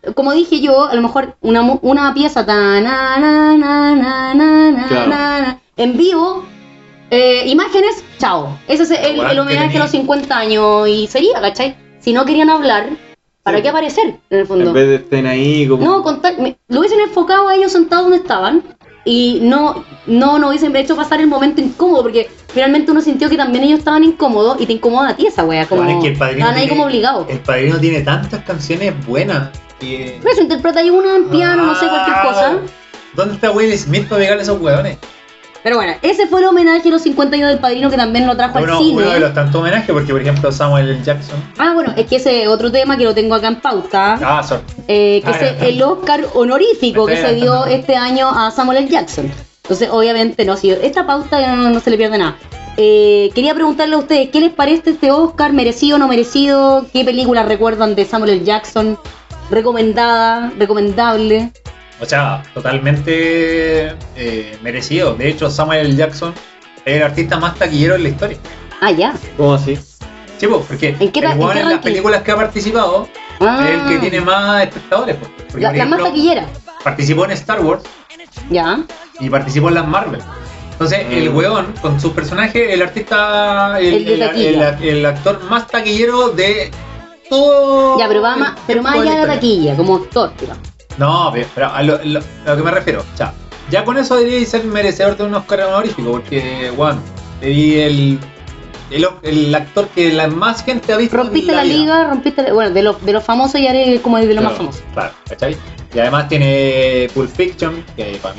como dije yo, a lo mejor una, mu- una pieza ta, na, na, na, na, na, na, Claro. na, na, en vivo, eh, imágenes, chao. Ese es el, Igual el homenaje que a los cincuenta años y sería, ¿cachai? Si no querían hablar, ¿para Sí. qué aparecer en el fondo? En vez de estén ahí como... No, contar, me- lo hubiesen enfocado a ellos sentados donde estaban y no, no nos hubiesen hecho pasar el momento incómodo, porque finalmente uno sintió que también ellos estaban incómodos y te incomoda a ti esa wea, como Bueno, es que el padrino estaban ahí tiene- como obligados. El Padrino tiene tantas canciones buenas. Que... Por eso interpreta ahí una en piano, no sé, cualquier cosa. ¿Dónde está Will Smith para pegarle a esos hueones? Pero bueno, ese fue el homenaje a los cincuenta años del Padrino que también lo trajo Uno, al cine. uno de los tantos homenajes, porque por ejemplo Samuel L. Jackson. Ah, bueno, es que ese otro tema que lo tengo acá en pauta, Ah, sorry. eh, que Ah, es ya. el Oscar honorífico Me que estoy se dio adelantando. este año a Samuel L. Jackson. Entonces, obviamente, no, si esta pauta no, no se le pierde nada. Eh, quería preguntarle a ustedes, ¿qué les parece este Oscar? ¿Merecido o no merecido? ¿Qué películas recuerdan de Samuel L. Jackson? ¿Recomendada? ¿Recomendable? O sea, totalmente eh, merecido. De hecho, Samuel L. Jackson es el artista más taquillero en la historia. Ah, ya. ¿Cómo así? Sí, pues, porque ¿En qué ra- el en weón qué en las ranking? películas que ha participado Ah, es el que tiene más espectadores. Pues. Porque, la, por la más ejemplo, taquillera. participó en Star Wars Ya. y participó en las Marvel. Entonces, Mm. el weón, con su personaje, el artista, el, El de el- taquilla. el- el actor más taquillero de todo. Ya, pero, va el más, pero tiempo más de allá de la historia. taquilla, como actor, digamos. No, pero, pero a, lo, lo- a lo que me refiero, o sea, ya con eso debería ser merecedor de un Oscar honorífico, porque, weón, sería el, el, el actor que la más gente ha visto. Rompiste en la, vida. liga, rompiste la- bueno, de los de los famosos y haré como el de los Claro, más famosos. Claro, ¿cachai? Y además tiene Pulp Fiction, que para mí.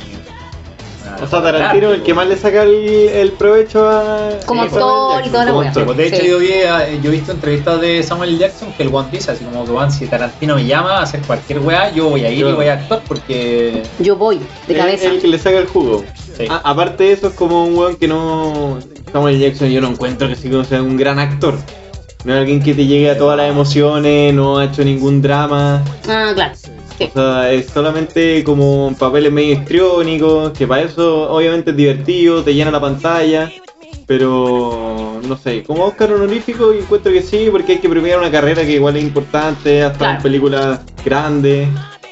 una- O sea, Tarantino arte, el que weón. más le saca el, el provecho a... Como a actor Samuel Jackson, y toda la como wea. actor. Pues de hecho Sí. yo, vi, eh, yo he visto entrevistas de Samuel L. Jackson que el one dice así como que "Weón, si Tarantino me llama a hacer cualquier weá, yo voy a ir y Claro. voy a actuar porque Yo voy, de Es cabeza. el que le saca el jugo. sí. A- aparte de eso, es como un weón que no... Samuel Jackson yo no encuentro que sí que sea un gran actor. No es alguien que te llegue a todas las emociones, no ha hecho ningún drama. Ah, claro. Sí. O sea, es solamente como papeles medio histriónicos, que para eso obviamente es divertido, te llena la pantalla. Pero no sé, como Oscar honorífico encuentro que sí, porque hay que premiar una carrera que igual es importante, hasta Claro. en películas grandes.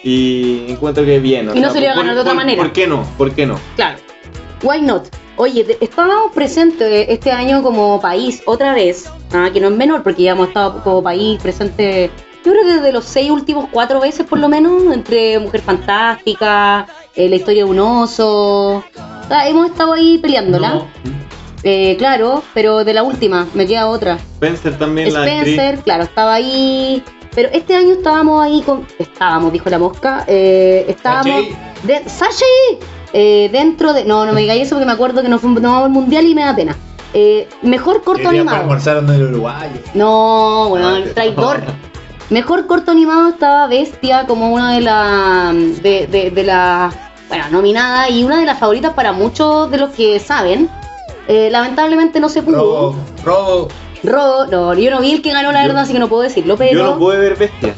Y encuentro que es bien. o Y no sea, se le va a ¿por- ganar de otra por- manera. ¿Por qué no? ¿Por qué no? Claro. Why not? Oye, de- estábamos presentes este año como país otra vez, ah, que no es menor porque ya hemos estado como país presente, yo creo que de los seis últimos cuatro veces por lo menos, entre Mujer Fantástica, eh, La historia de un oso, ah, hemos estado ahí peleándola, No, eh, claro, pero de la última me queda otra. Spencer también, la Spencer, actriz. claro, estaba ahí, pero este año estábamos ahí con, estábamos, dijo la mosca, eh, estábamos, ¿cachai? de, Sachi, eh, dentro de, no, no me digáis eso porque me acuerdo que no fue no, el mundial y me da pena. Eh, mejor corto Que día para animado. almorzar en el uruguayo. No, bueno, Ay, traidor. no. Mejor corto animado estaba Bestia como una de las de, de, de las bueno, nominada y una de las favoritas para muchos de los que saben. Eh, lamentablemente no se pudo. Robo, robo. Ro, no, yo no vi el que ganó la Yo- verdad, así que no puedo decirlo, pero Yo no pude ver Bestia.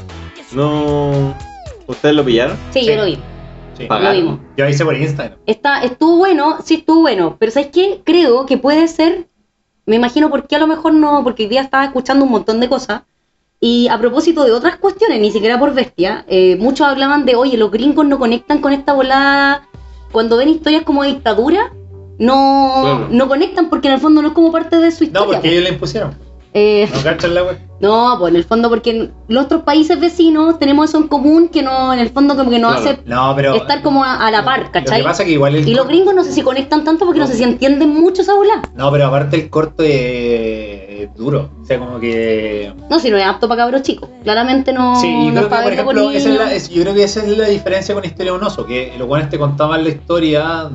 No. ¿Ustedes lo pillaron? sí, Sí. yo lo vi. Sí. Pagaron. Lo vimos. Yo hice por Instagram. Está, estuvo bueno, sí estuvo bueno, pero ¿sabes qué? Creo que puede ser, me imagino por qué a lo mejor no, porque hoy día estaba escuchando un montón de cosas, y a propósito de otras cuestiones, ni siquiera por Bestia, eh, muchos hablaban de, oye, los gringos no conectan con esta volada, cuando ven historias como de dictadura, no, Claro. no conectan porque en el fondo no es como parte de su No, historia. porque ellos le impusieron. Eh, No cachan la web. no, pues en el fondo porque en los otros países vecinos tenemos eso en común que no, en el fondo como que nos Claro. hace No, pero. estar como a, a la par, Lo ¿cachai? que pasa es que igual el Y los cor- gringos no sé si conectan tanto porque no, No. sé si entienden mucho esa bola. No, pero aparte el corto es, es duro. O sea, como que. No, si no es apto para cabros chicos. Claramente no, Sí, y no creo es que, para por verlo con ejemplo, esa es niños. la- es- yo creo que esa es la diferencia con Historia de un oso, que los buenos te contaban la historia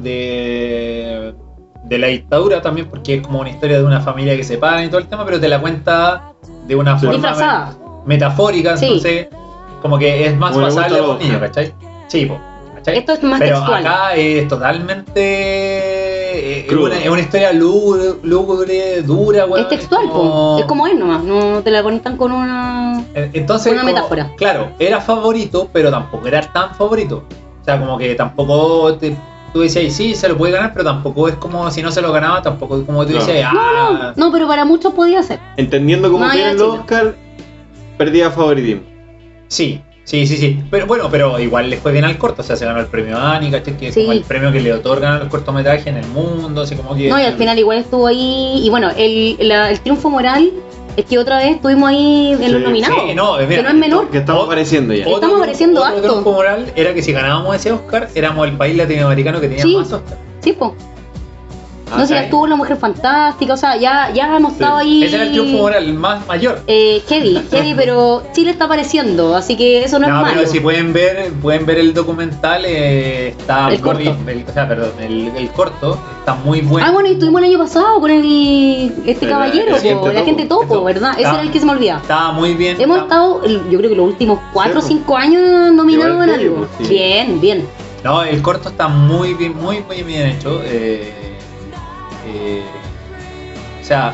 de, de la dictadura también, porque es como una historia de una familia que se separa y todo el tema, pero te la cuenta de una Sí. forma Disfrazada. me- metafórica, Sí. entonces como que es más Como le gusta pasable a a los los niños, Oscar. ¿cachai? Sí, po, ¿cachai? Esto es más pero textual. acá es totalmente eh, es Crudo. una, es una historia lúgubre, lúgubre, dura, weón, Es textual, po. como- Es como es nomás. No te la conectan con una. Eh, Entonces, Una como- metáfora. claro, era favorito, pero tampoco era tan favorito. O sea, como que tampoco te, tú decías, sí, se lo puede ganar, pero tampoco es como si no se lo ganaba, tampoco es como tú Claro. decías, ah, No, pero para muchos podía ser. Entendiendo cómo Más allá tienen de los Chile. Oscar, perdía favoritismo. sí, Sí, sí, sí. Pero bueno, pero igual le fue bien al corto, o sea, se ganó el premio Annie, ¿cachai? Que es Sí. como el premio que le otorgan a los cortometrajes en el mundo, así como que... No, y al final igual estuvo ahí. Y bueno, el, la- el triunfo moral es que otra vez estuvimos ahí en Sí, los nominados. sí, no, mira, que no es menor. Que estamos Otro- apareciendo ya. Otro- Estamos apareciendo otro harto. triunfo moral era que si ganábamos ese Oscar, éramos el país latinoamericano que tenía Sí. más Oscar. Sí, po. Ah, No sé, ¿sabes? estuvo la mujer fantástica, o sea, ya, ya hemos Sí. estado ahí. Ese era el triunfo moral, el más mayor. Eh, heavy, heavy, pero Chile está apareciendo, así que eso no, No, es malo. pero si pueden ver, pueden ver el documental, eh, está El muy, corto. el- o sea, perdón, el, el corto está muy bueno. Ah, bueno, y estuvimos el año pasado con el este El- caballero, el po, Agente la gente Topo. topo, ¿verdad? Ese Ah. era el que se me olvidaba. Estaba muy bien. Hemos está- estado, el- yo creo que los últimos cuatro o Sí, po. cinco años nominados Igual en que algo. yo, pues, sí. Bien, bien. No, el corto está muy bien, muy, muy bien hecho. eh, eh, o sea,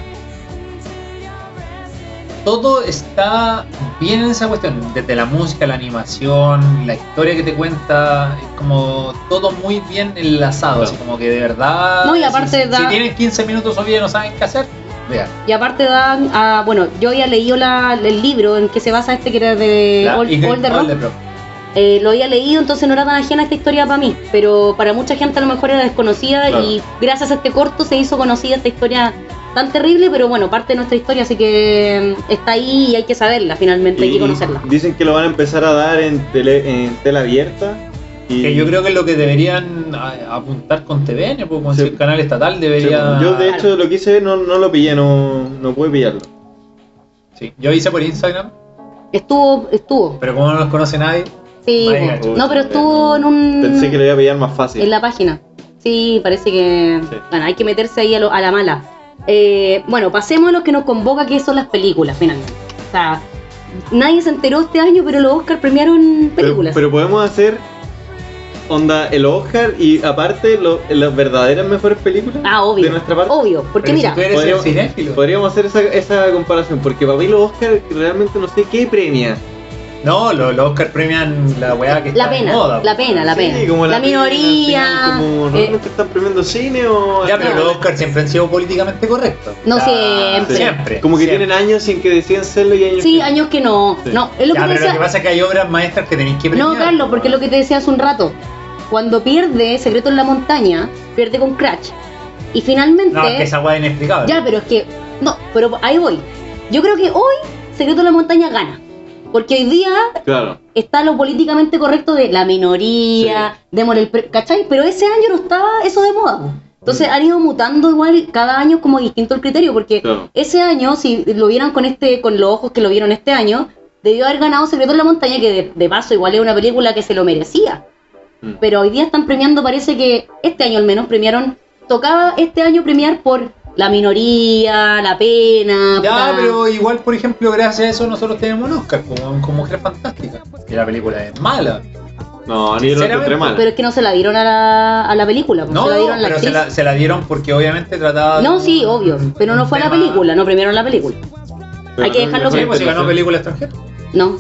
todo está bien en esa cuestión, desde la música, la animación, la historia que te cuenta, es como todo muy bien enlazado, Claro. así como que de verdad, No, y aparte si, da- si tienen quince minutos o bien no saben qué hacer, vean. Y aparte dan, a, bueno, yo había leído la, el libro en que se basa este que era de La- All, Ingrid All the Rock. Oldenburg. Eh, lo había leído, entonces no era tan ajena esta historia para mí, pero para mucha gente a lo mejor era desconocida Claro. y gracias a este corto se hizo conocida esta historia tan terrible, pero bueno, parte de nuestra historia, así que mm, está ahí y hay que saberla, finalmente hay que Y conocerla. dicen que lo van a empezar a dar en tele, en tela abierta. Y Que yo creo que es lo que deberían a- apuntar con T V N, pues con Sí. el canal estatal Sí, debería... yo de hecho lo quise ver, no, no lo pillé, no, no pude pillarlo. Sí, yo hice por Instagram, Estuvo, estuvo, pero como no nos conoce nadie, sí, Vaya, po. no, pero estuvo en No, un... Pensé que lo iba a pillar más fácil. En la página. Sí, parece que. Sí. Bueno, hay que meterse ahí a, lo- a la mala. Eh, bueno, pasemos a lo que nos convoca, que son las películas, finalmente. O sea, nadie se enteró este año, pero los Oscar premiaron Pero, películas. pero podemos hacer onda el Oscar y aparte lo- las verdaderas mejores películas ah, obvio. de nuestra parte. Obvio, porque pero mira, si tú eres el podríamos- cinéfilo. Podríamos hacer esa, esa comparación, porque para mí los Oscar realmente no sé qué premia. No, los, los Oscar premian la weá que la está de pena, moda. la pena, la Sí, pena. como la, pena, al minoría. final, como eh, realmente están premiando cine o. Ya, pero No. los Oscar siempre han sido políticamente correctos. No O sea, siempre. Siempre. Como que siempre. tienen años sin que decían serlo y años sí, que- años que no. Sí. No, es lo Ya, que te pero lo decía. que pasa es que hay obras maestras que tenéis que premiar. No, Carlos, porque es lo que te decía hace un rato. Cuando pierde Secreto en la Montaña, pierde con Crash. Y finalmente. No, es que esa weá es inexplicable. Ya, pero es que. No, pero ahí voy. Yo creo que hoy Secreto en la Montaña gana. Porque hoy día Claro. está lo políticamente correcto de la minoría, démosle el pre- ¿cachai? Pero ese año no estaba eso de moda. po. Entonces Mm. han ido mutando igual cada año como distinto el criterio, porque Claro. ese año, si lo vieran con este, con los ojos que lo vieron este año, debió haber ganado Secreto en la Montaña, que de, de paso igual es una película que se lo merecía. Mm. Pero hoy día están premiando, parece que este año al menos premiaron, tocaba este año premiar por la minoría, la pena. Ya, puta. pero igual, por ejemplo, gracias a eso nosotros tenemos un Oscar como, como Mujer Fantástica. Que la película es mala. No, ni lo encontré Sinceramente, mal. Pero es que no se la dieron a la, a la película, pues, No, se la no, dieron a la pero se actriz. la, se la dieron porque obviamente trataba de No, un- sí, obvio, pero no un fue a la tema- película, no premiaron la película. Pero hay que no- dejarlo no Sí, sé, pues si pero ganó sí. película extranjera. No,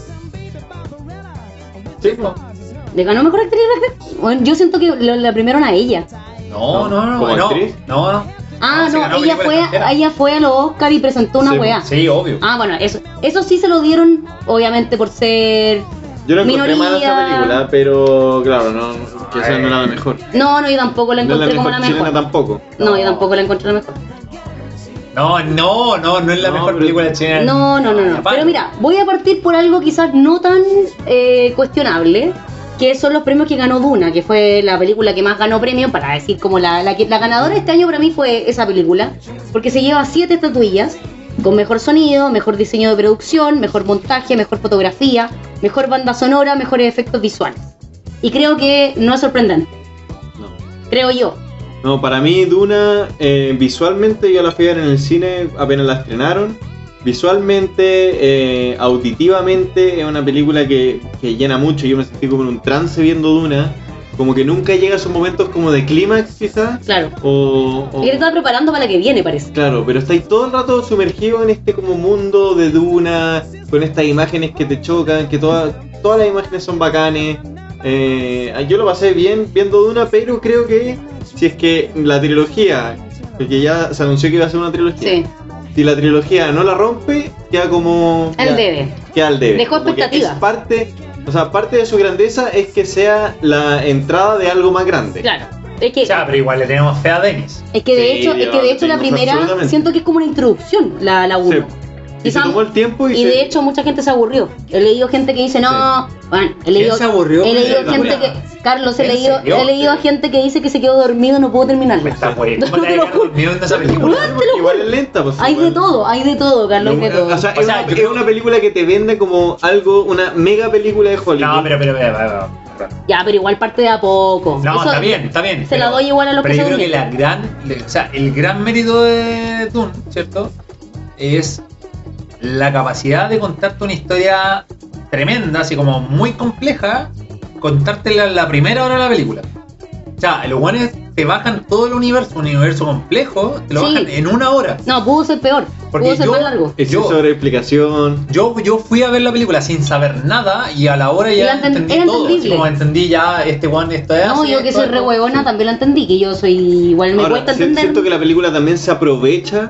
Sí, pues. le ganó mejor actriz. Bueno, yo siento que lo- la premiaron a ella. No, no, no. ¿Como no, actriz? no, no. Ah, se no, ganó ella película fue, extranjera. ella fue a los Oscar y presentó una Sí, weá. Sí, obvio. Ah, bueno, eso, eso sí se lo dieron, obviamente por ser. Yo no encontré Minoría. mal esa película, pero claro, no, no- que esa no era la mejor. No, no, yo tampoco la No es la encontré como mejor la chilena mejor. tampoco. No, yo tampoco la encontré la mejor. No, no, no, no es la No, mejor pero- película chilena. No, no, no, no. Aparte. Pero mira, voy a partir por algo quizás no tan eh, cuestionable, que son los premios que ganó Duna, que fue la película que más ganó premios, para decir como la, la, que- la ganadora este año para mí fue esa película, porque se lleva siete estatuillas, con mejor sonido, mejor diseño de producción, mejor montaje, mejor fotografía, mejor banda sonora, mejores efectos visuales. Y creo que no es sorprendente, No. creo yo. No, para mí Duna, eh, visualmente yo la fui a ver en el cine apenas la estrenaron. Visualmente, eh, auditivamente, es una película que, que llena mucho. Yo me sentí como en un trance viendo Duna. Como que nunca llega a esos momentos como de clímax quizás. Claro. O, o- Y él estaba preparando para la que viene, parece. Claro, pero estáis todo el rato sumergido en este como mundo de Duna, con estas imágenes que te chocan, que todas todas las imágenes son bacanes. Eh, yo lo pasé bien viendo Duna, pero creo que si es que la trilogía, porque ya se anunció que iba a ser una trilogía, Sí, si la trilogía no la rompe, queda como... al ya- debe. Queda al debe. Dejó Como que expectativa. Es parte, O sea, parte de su grandeza es que sea la entrada de algo más grande. Claro. Es que, O sea, pero igual le tenemos fe a Dennis. es que de Sí, hecho, es yo que de hecho la tengo primera absolutamente. siento que es como una introducción, la, la uno. Y se tomó el tiempo y, Y se... de hecho mucha gente se aburrió. He leído gente que dice, no, bueno, he leído, se aburrió he con leído la gente película? que, Carlos, he ¿En leído, serio? he leído a gente que dice que se quedó dormido, no pudo terminarla. Me está güey. No, ¿Cómo te te lo vas a quedar juro. dormido en esa película? Porque igual es lenta, pues. Hay de igual. todo, hay de todo, Carlos, hay de todo. O sea, O es, sea, una, yo es creo- una película que te vende como algo, una mega película de Hollywood. No, pero, pero, pero, pero, pero. Ya, pero igual parte de a poco. No, Eso está bien, está bien. Se pero- la doy igual a los Pero que yo se creo que durmieron. la gran, le- o sea, el gran mérito de Dune, ¿cierto? Es la capacidad de contarte una historia tremenda, así como muy compleja, contártela en la primera hora de la película. O sea, los guanes te bajan todo el universo, un universo complejo, te lo Sí. bajan en una hora. No, pudo ser peor. Porque pudo ser yo- más largo. Es yo- sobre explicación. Yo, yo fui a ver la película sin saber nada y a la hora Y ya la enten- entendí era todo. Así entendible. como entendí ya este one esto es No, así, yo que esto soy es- re huevona también lo entendí, que yo soy igual me Ahora, cuesta si- entender. siento que la película también se aprovecha,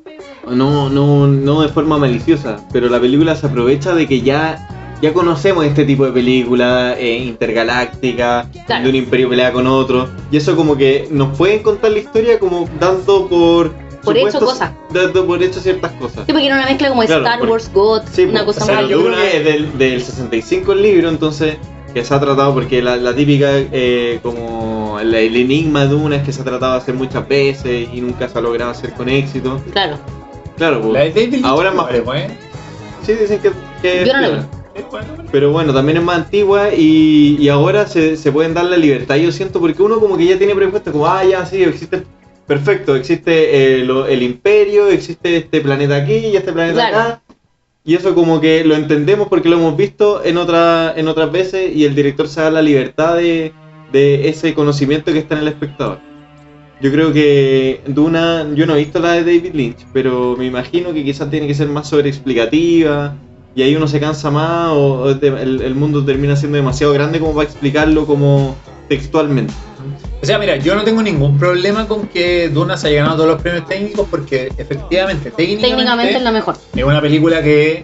no, no, no de forma maliciosa, pero la película se aprovecha de que ya, ya conocemos este tipo de película eh, intergaláctica, Claro. de un imperio pelea con otro, y eso como que nos pueden contar la historia como dando por... Por hecho supuestos- cosas. Dando por hecho ciertas cosas. Sí, porque era una mezcla como de Claro, Star porque- Wars, God, Sí, una pues, cosa o sea, más. yo creo Duna que es del, del sesenta y cinco el libro, entonces, que se ha tratado, porque la, la típica, eh, como el, el enigma de una es que se ha tratado de hacer muchas veces y nunca se ha logrado hacer con éxito. Claro. Claro, pues, La de David Lynch, ahora más. vale, pues. Sí, dicen que, que es Yo no la vi. piola. Pero bueno, también es más antigua y, y ahora se, se pueden dar la libertad, yo siento, porque uno como que ya tiene prepuesto, como, ah, ya, sí, existe, perfecto, existe eh, lo- el imperio, existe este planeta aquí y este planeta Claro. acá. Y eso como que lo entendemos porque lo hemos visto en, otra, en otras veces y el director se da la libertad de, de ese conocimiento que está en el espectador. Yo creo que Duna, yo no he visto la de David Lynch, pero me imagino que quizás tiene que ser más sobreexplicativa y ahí uno se cansa más o, o te- el, el mundo termina siendo demasiado grande como para explicarlo como textualmente. O sea, mira, yo no tengo ningún problema con que Duna se haya ganado todos los premios técnicos porque efectivamente, técnicamente, Técnicamente es la mejor. es una película que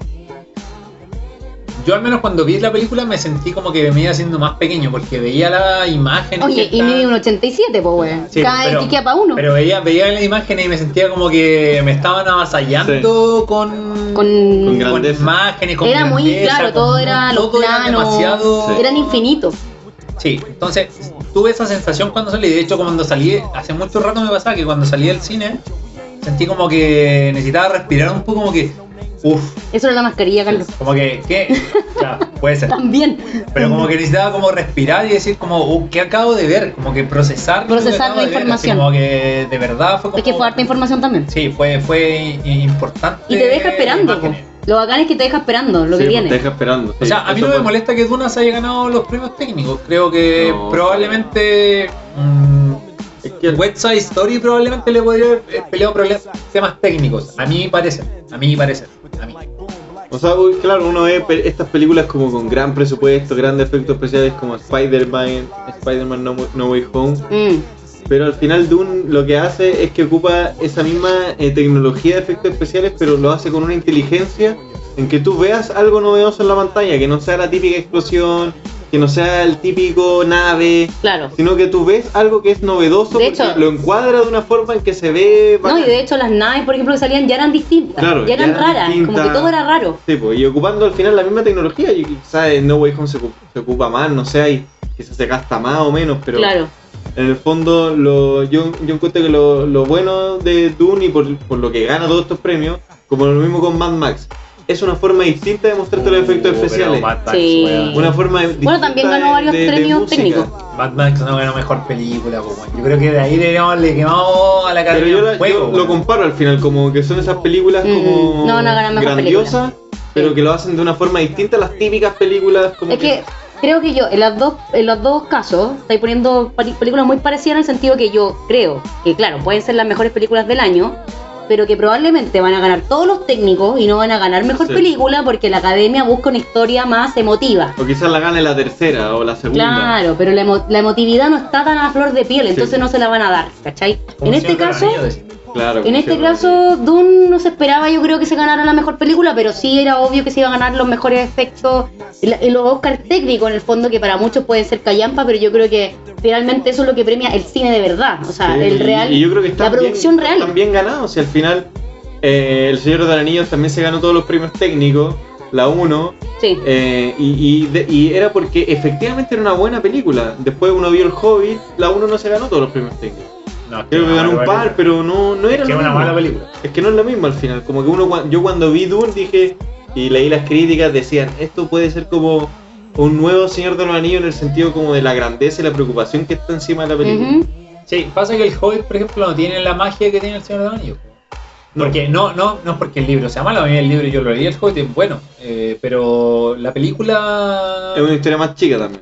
yo al menos cuando vi la película me sentí como que me iba haciendo más pequeño porque veía la imagen. Oye, y mide un ochenta y siete, pues, weón. Sí, Cada pero- vez que queda para uno. Pero veía, veía las imágenes y me sentía como que me estaban avasallando con, Con- Con grandeza. imágenes, con Era muy grandeza, claro, con- todo era los todo era planos. demasiado... Sí. Eran infinitos. Sí, entonces tuve esa sensación cuando salí. De hecho, cuando salí, hace mucho rato me pasaba que cuando salí del cine sentí como que necesitaba respirar un poco, como que, uff, Eso era la mascarilla, Carlos. como que, ¿qué? Claro, puede ser. También. Pero como que necesitaba como respirar y decir como, uh, ¿qué acabo de ver? Como que procesar. lo que Procesar acabo la de ver, así información. como que de verdad fue como... Es que fue harta información también. Sí, fue, fue i- importante. Y te deja esperando, po. imágenes. Lo bacán es que te deja esperando lo Sí, que pues, viene. te deja esperando. O sí, sea, a mí eso no me fue- molesta que Duna se haya ganado los premios técnicos. Creo que No, probablemente mm, Es que West Side Story probablemente le podría haber peleado problemas, temas técnicos. A mi parecer. A mi parecer. A mí. O sea, uy, claro, uno ve pe- estas películas como con gran presupuesto, grandes efectos especiales como Spider-Man, Spider-Man no, No Way Home, Mm. pero al final Dune lo que hace es que ocupa esa misma eh, tecnología de efectos especiales, pero lo hace con una inteligencia en que tú veas algo novedoso en la pantalla, que no sea la típica explosión, que no sea el típico nave, Claro. sino que tú ves algo que es novedoso De porque hecho- lo encuadra de una forma en que se ve No, y bacán. de hecho las naves, por ejemplo, que salían ya eran distintas. Claro, ya eran ya eran raras. distintas. Como que todo era raro. Sí, pues, y ocupando al final la misma tecnología, y quizás en No Way Home se, ocu- se ocupa más, no sé, y quizás se gasta más o menos, pero Claro. en el fondo lo, yo, yo encuentro que lo, lo bueno de Dune y por, por lo que gana todos estos premios, como lo mismo con Mad Max, es una forma distinta de mostrarte los efectos Uh, pero especiales. Mad Max, Sí. weón. Una forma distinta Bueno, también ganó de- varios de- de premios música. técnicos. Mad Max no ganó mejor película, po, weón. Yo creo que de ahí deberíamos le quemamos a la Pero academia yo, la- un juego, yo weón. lo comparo al final, como que son esas películas Mm, como no van a ganar mejor grandiosas, pero Sí. que lo hacen de una forma distinta a las típicas películas como Es que creo que yo, en, las dos, en los dos casos, estáis poniendo pari- películas muy parecidas en el sentido que yo creo que, claro, pueden ser las mejores películas del año, pero que probablemente van a ganar todos los técnicos y no van a ganar mejor Sí. película porque la academia busca una historia más emotiva. O quizás la gane la tercera o la segunda. Claro, pero la, emo- la emotividad no está tan a flor de piel, entonces Sí. no se la van a dar, ¿cachai? Como En este Señor del caso, Anillo, decía. Claro, En este sí, caso, Dune no se esperaba, yo creo que se ganara la mejor película, pero sí era obvio que se iba a ganar los mejores efectos, la- los Oscars técnicos en el fondo, que para muchos pueden ser callampa, pero yo creo que finalmente eso es lo que premia el cine de verdad, o sea, Sí, el real, y yo creo que está la producción bien, real. están bien ganados. Si al final eh, El Señor de los Anillos también se ganó todos los premios técnicos, la uno, Sí. eh, y, y, de- y era porque efectivamente era una buena película. Después uno vio El Hobbit, la uno no se ganó todos los premios técnicos. No, es Creo que una ganó un mala par, película. pero no, no era Es que lo es una mismo. mala película. Es que no es lo mismo al final. Como que uno, cua- yo cuando vi Dune dije, y leí las críticas, decían, esto puede ser como un nuevo Señor de los Anillos en el sentido como de la grandeza y la preocupación que está encima de la película. Ujú. Sí, pasa que el Hobbit, por ejemplo, no tiene la magia que tiene el Señor de los Anillos. Porque no, no, no es porque el libro sea malo, a mí el libro yo lo leí, el Hobbit es bueno, eh, pero la película Es una historia más chica también.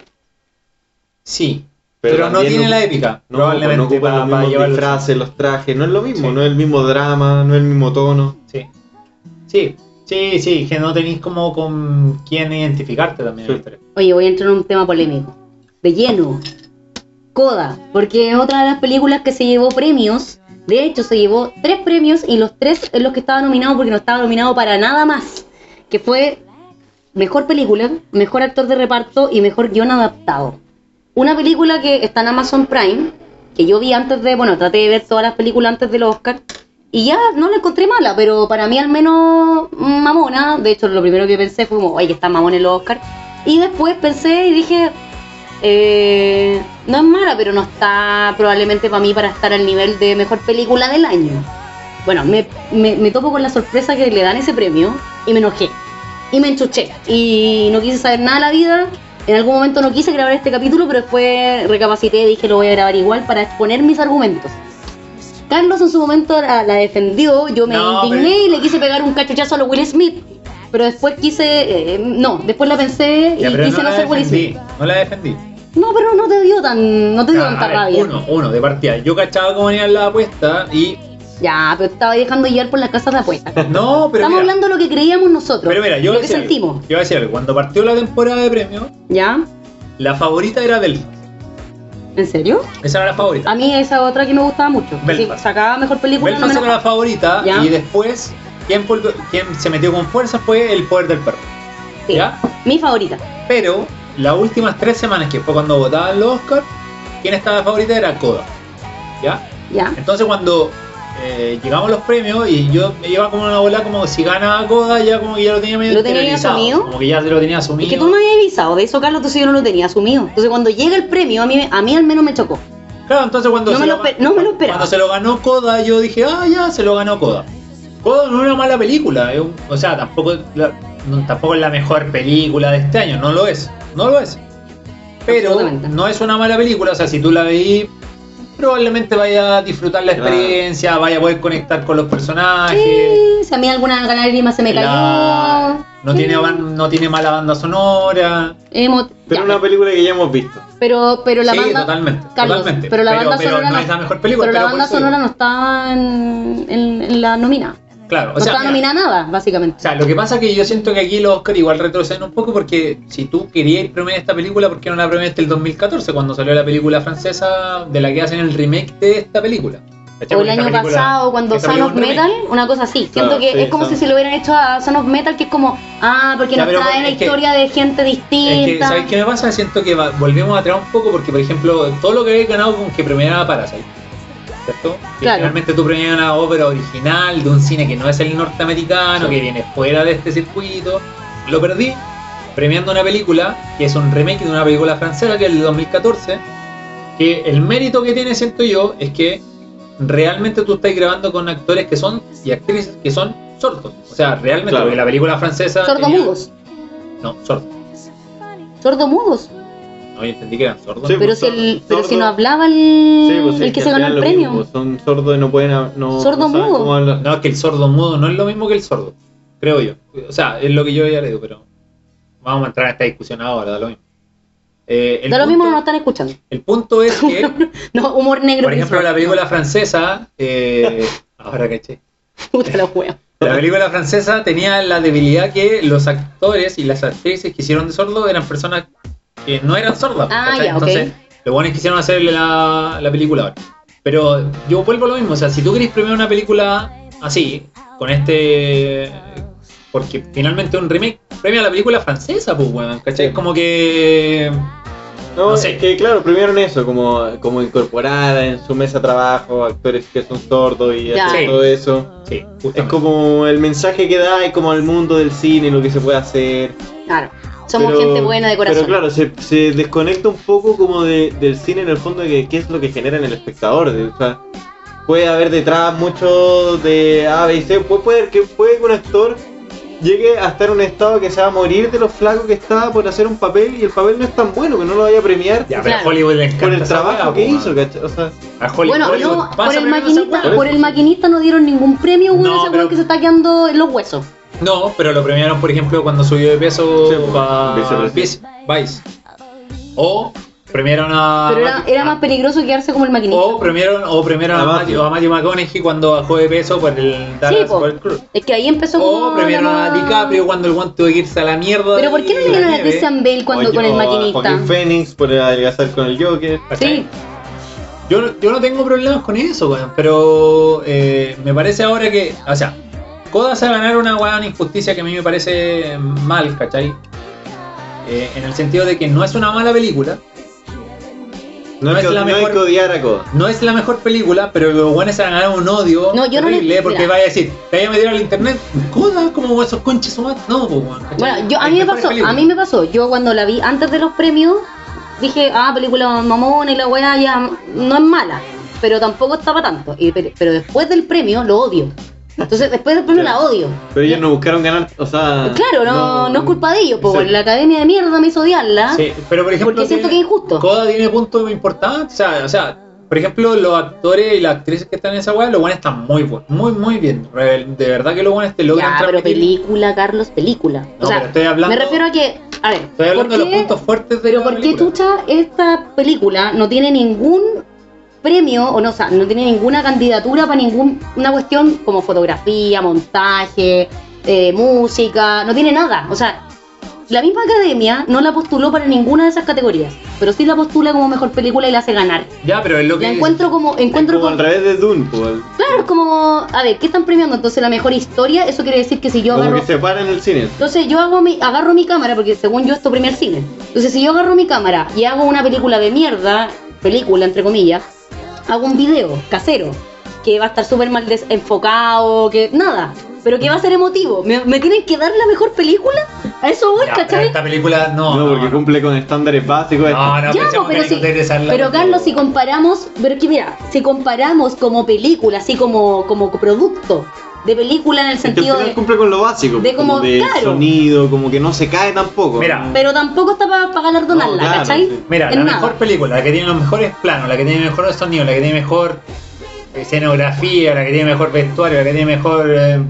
sí, Pero pero, no también tiene no- la épica, No, probablemente no ocupan para, los para mismos llevarlo. disfraces, los trajes, no es lo mismo, Sí. no es el mismo drama, no es el mismo tono. Sí, sí, sí, sí, que no tenéis como con quién identificarte también Sí. en la historia. Oye, voy a entrar en un tema polémico, de lleno, Coda, porque es otra de las películas que se llevó premios, de hecho se llevó tres premios y los tres en los que estaba nominado porque no estaba nominado para nada más, que fue mejor película, mejor actor de reparto y mejor guión adaptado. Una película que está en Amazon Prime, que yo vi antes de, bueno, traté de ver todas las películas antes del Oscar, y ya no la encontré mala, pero para mí al menos mamona. De hecho, lo primero que pensé fue como, oye, que está mamón el Oscar. Y después pensé y dije, eh, no es mala, pero no está probablemente para mí para estar al nivel de mejor película del año. Bueno, me, me, me topo con la sorpresa que le dan ese premio y me enojé. Y me enchuché. Y no quise saber nada de la vida. En algún momento no quise grabar este capítulo, pero después recapacité y dije lo voy a grabar igual para exponer mis argumentos. Carlos en su momento la, la defendió, yo me No, indigné pero- y le quise pegar un cachuchazo a lo Will Smith. Pero después quise, eh, no, después la pensé y Ya, pero quise no, no la ser Will defendí, Smith. no la defendí. No, pero no te dio tan, no te dio Claro, tanta a ver, rabia. Uno, uno, de partida. Yo cachaba cómo venía la apuesta y. Ya, pero te estaba dejando llevar por las casas de apuestas. No, pero. Estamos mira, hablando de lo que creíamos nosotros, Pero mira, yo lo voy a que decir algo. sentimos. Yo voy a decir algo. Cuando partió la temporada de premios, ¿Ya? la favorita era Belfast. ¿En serio? Esa era la favorita. A mí esa otra que me gustaba mucho. Que Belfast. si sacaba mejor película, no Belfast me era la enojaba. favorita Ya. y después, ¿quién, volvió- quién se metió con fuerza fue El Poder del Perro. Sí, ¿Ya? mi favorita. Pero las últimas tres semanas, que fue cuando votaban los Oscars, ¿quién estaba de favorita? Era Coda. ¿Ya? Ya. Entonces cuando eh, llegamos a los premios y yo me iba como una bola como si ganaba Coda, ya como que ya lo tenía medio ¿Lo tenía interiorizado, asumido? como que ya se lo tenía asumido. Es que tú me habías avisado de eso, Carlos, entonces yo no lo tenía asumido. Entonces cuando llega el premio, a mí, a mí al menos me chocó. Claro, entonces cuando No se me lo esper- no me lo esperaba. Cuando se lo ganó Coda, yo dije, ah, ya, se lo ganó Coda. Coda no es una mala película, es un- o sea, tampoco, la- no- tampoco es la mejor película de este año, no lo es, no lo es. Pero Absolutamente. no es una mala película, o sea, si tú la veís, probablemente vaya a disfrutar la Claro. experiencia, vaya a poder conectar con los personajes. Sí, si a mí alguna lágrima se me cayó. La- No, tiene, ban- no tiene mala banda sonora. Emo- Pero ya, una película que ya hemos visto. pero, pero la sí, banda. totalmente, Carlos, totalmente. pero la banda sonora no es la mejor película. pero la por banda eso digo. sonora no está en, en, en la nómina. Claro, o No sea, está mira, nominada nada, básicamente. O sea, lo que pasa es que yo siento que aquí los Oscar igual retroceden un poco porque si tú querías premiar esta película, ¿por qué no la premiaste el dos mil catorce cuando salió la película francesa de la que hacen el remake de esta película? ¿Cachai? O el Porque esta año película- pasado, cuando esta Son película of es un remake. Metal, una cosa así. Siento Claro, que sí, es como Son- si se lo hubieran hecho a Son of Metal, que es como, ah, porque Ya, nos pero traen la es que- historia de gente Es que, distinta. ¿sabes qué me pasa? Siento que va- volvemos atrás un poco porque, por ejemplo, todo lo que habéis ganado con que premiara Parasite, ¿cierto? Que Claro. finalmente tú premias una ópera original de un cine que no es el norteamericano, Sí. que viene fuera de este circuito. Lo perdí premiando una película que es un remake de una película francesa que es del dos mil catorce, que el mérito que tiene, siento yo, es que realmente tú estás grabando con actores que son y actrices que son sordos. O sea, realmente, Claro. porque la película francesa... tenía- Sordomudos. No, sordos. Sordomudos. No, yo entendí que eran sordos. Sí, Pero pues, si, el, sordo- pero si no sordo- hablaba el, Sí, pues, sí, el que al se ganó final el lo premio. mismo, son sordos y no pueden hab- no, Sordo no saben mudo. cómo hablar. No, es que el sordo mudo no es lo mismo que el sordo, creo yo. O sea, es lo que yo ya le digo, pero vamos a entrar en esta discusión ahora, da lo mismo. Eh, el Da lo punto- mismo, no nos están escuchando. El punto es que, No, humor negro. por ejemplo, visual. la película francesa, eh, ahora caché, Puta la wea. la película francesa tenía la debilidad que los actores y las actrices que hicieron de sordo eran personas que no eran sordas. Ah, ¿cachai? ya, ok. Entonces, los buenos quisieron hacerle la, la película ahora. Pero yo vuelvo a lo mismo, o sea, si tú querés premiar una película así, con este... Porque finalmente un remake premia la película francesa, pues, weón, ¿cachai? Sí. Como que... No, No sé. es que claro, premiaron eso, como, como incorporar en su mesa de trabajo actores que son sordos y Ya. hacer Sí. todo eso. Sí, Es justamente. como el mensaje que da, es como el mundo del cine, lo que se puede hacer. Claro, somos Pero- gente buena de corazón. Pero claro, se, se desconecta un poco como de, del cine en el fondo de que, qué es lo que genera en el espectador. De, o sea, puede haber detrás mucho de A, B y C. Puede, puede, que, puede que un actor llegue a estar en un estado que se va a morir de lo flaco que está por hacer un papel y el papel no es tan bueno, que no lo vaya a premiar Ya, pero Claro. a Hollywood le encanta por el esa trabajo weá, que po, hizo, weón. ¿cachai? O sea, A Hollywood, Bueno, Hollywood no, pasa por el premiando esa maquinista, weá. por el maquinista no dieron ningún premio, weón, No, ese weón pero- que se está quedando en los huesos. No, pero lo premiaron, por ejemplo, cuando subió de peso Sí, pues, para Vice Vice. O premiaron a... Pero era, era más peligroso quedarse como el maquinista. O premiaron, o premiaron A a, Matthew. Matthew, a Matthew McConaughey cuando bajó de peso por el Dallas po. World Club. Es que ahí empezó como O premiaron la a más- DiCaprio cuando el guante tuvo que irse a la mierda. Pero ¿por qué no de le la dieron a nieve. Christian Bale cuando o- con el o a maquinista? Joaquin Phoenix por adelgazar con el Joker. ¿Cachai? Sí, Yo, no- yo no tengo problemas con eso, weón, pero eh, me parece ahora que, o sea, Coda se va a ganar una weón injusticia que a mí me parece mal, ¿cachai? Eh, en el sentido de que no es una mala película, No, No hay es que, la no hay mejor- que odiar a Coda. no es la mejor película, pero los weones se van a ganar un odio No, yo no le- terrible porque mira. vaya a decir, te vaya a meter al internet, Coda, como esos conches o más, no, pues weón, ¿cachai? bueno, yo, a Hay mí me mejores pasó, a películas. mí me pasó, yo cuando la vi antes de los premios, dije, ah, película mamona y la weá ya no es mala, pero tampoco estaba tanto, y, pero, pero después del premio lo odio. Entonces después del premio la odio. Pero ellos no buscaron ganar, o sea... Claro, no, no, es culpa de ellos, Sí. porque la academia de mierda me hizo odiarla. Sí, pero por ejemplo, Porque siento tiene- que es injusto. Coda tiene puntos importantes, o sea, o sea, por ejemplo, los actores y las actrices que están en esa weá, los buenos están muy buenos, muy, muy bien. Re- De verdad que los buenos te logran Ya, pero transmitir. película, Carlos, película. No, o sea, pero estoy hablando- me refiero a que, a ver, Estoy hablando ¿por de los qué- puntos fuertes de pero la ¿por qué película. chucha esta película no tiene ningún premio, o no, o sea, no tiene ninguna candidatura para ninguna cuestión como fotografía, montaje, eh, música, no tiene nada? O sea, la misma academia no la postuló para ninguna de esas categorías, pero sí la postula como mejor película y la hace ganar. Ya, pero es lo que. La encuentro como, encuentro como al como, revés de Dune, pues. claro, es como, a ver, ¿qué están premiando? Entonces la mejor historia, eso quiere decir que si yo Como agarro... que se para en el cine. Entonces yo hago mi, agarro mi cámara, porque según yo esto premia el cine. Entonces si yo agarro mi cámara y hago una película de mierda, película entre comillas, hago un video casero, que va a estar súper mal desenfocado, que nada, pero que va a ser emotivo. ¿Me, me tienen que dar la mejor película? A eso voy, Ya, pero ¿cachai? esta película no. No, porque no, cumple con estándares básicos. No, no, Ya, pensemos pero que si, no te desarla- pero Carlos, si comparamos, pero es que mira, si comparamos como película, así como, como producto de película en el Es que al sentido final de... cumple con lo básico, de como- de claro. sonido, como que no se cae tampoco. Mira, Pero tampoco está para galardonarla, No, claro, ¿cachai? sí. Mira, En la nada. mejor película, la que tiene los mejores planos, la que tiene mejor sonido, la que tiene mejor escenografía, la que tiene mejor vestuario, la que tiene mejor. eh,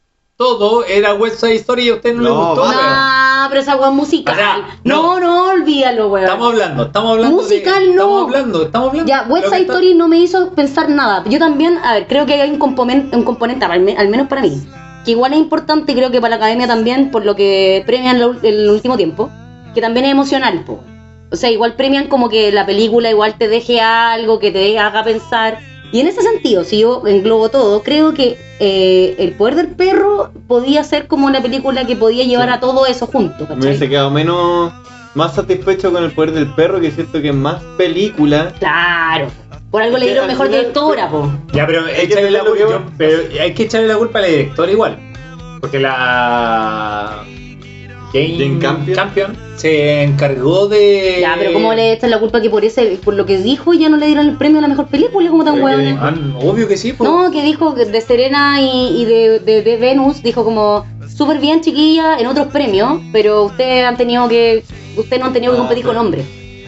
todo era West Side Story y a usted no, le No, gustó. vale. weón. No, pero esa weá musical. O sea, no, no, olvídalo, weón. Estamos hablando, estamos hablando. Musical, de, no. Estamos hablando, estamos hablando. Ya, West Lo que Side está- Story no me hizo pensar nada. Yo también, a ver, creo que hay un componente, un componente al, me- al menos para mí, que igual es importante y creo que para la academia también, por lo que premian lo- el último tiempo, que también es emocional, po. O sea, igual premian como que la película igual te deje algo, que te haga pensar. Y en ese sentido, si yo englobo todo, creo que eh, El Poder del Perro podía ser como una película que podía llevar Sí. a todo eso junto, Me hubiese ¿cachai? quedado menos, más satisfecho con El Poder del Perro, que siento que es más película. Claro. Por algo Es le que dieron al mejor final- directora, po. Ya, pero Hay que échale la entender lo que culpa. va- Pero hay que echarle la culpa a la directora igual. Porque la. Jane, Jane Campion. Campion se encargó de. Ya, pero ¿cómo le echan la culpa que por ese, por lo que dijo ya no le dieron el premio a la mejor película? ¿Cómo tan Pero que hueón? dijo- Ah, obvio que sí, pues. No, que dijo que de Serena y, y de, de, de Venus, dijo como súper bien chiquilla en otros premios, pero ustedes han tenido que, ustedes no han tenido que Ah, competir con sí. hombres.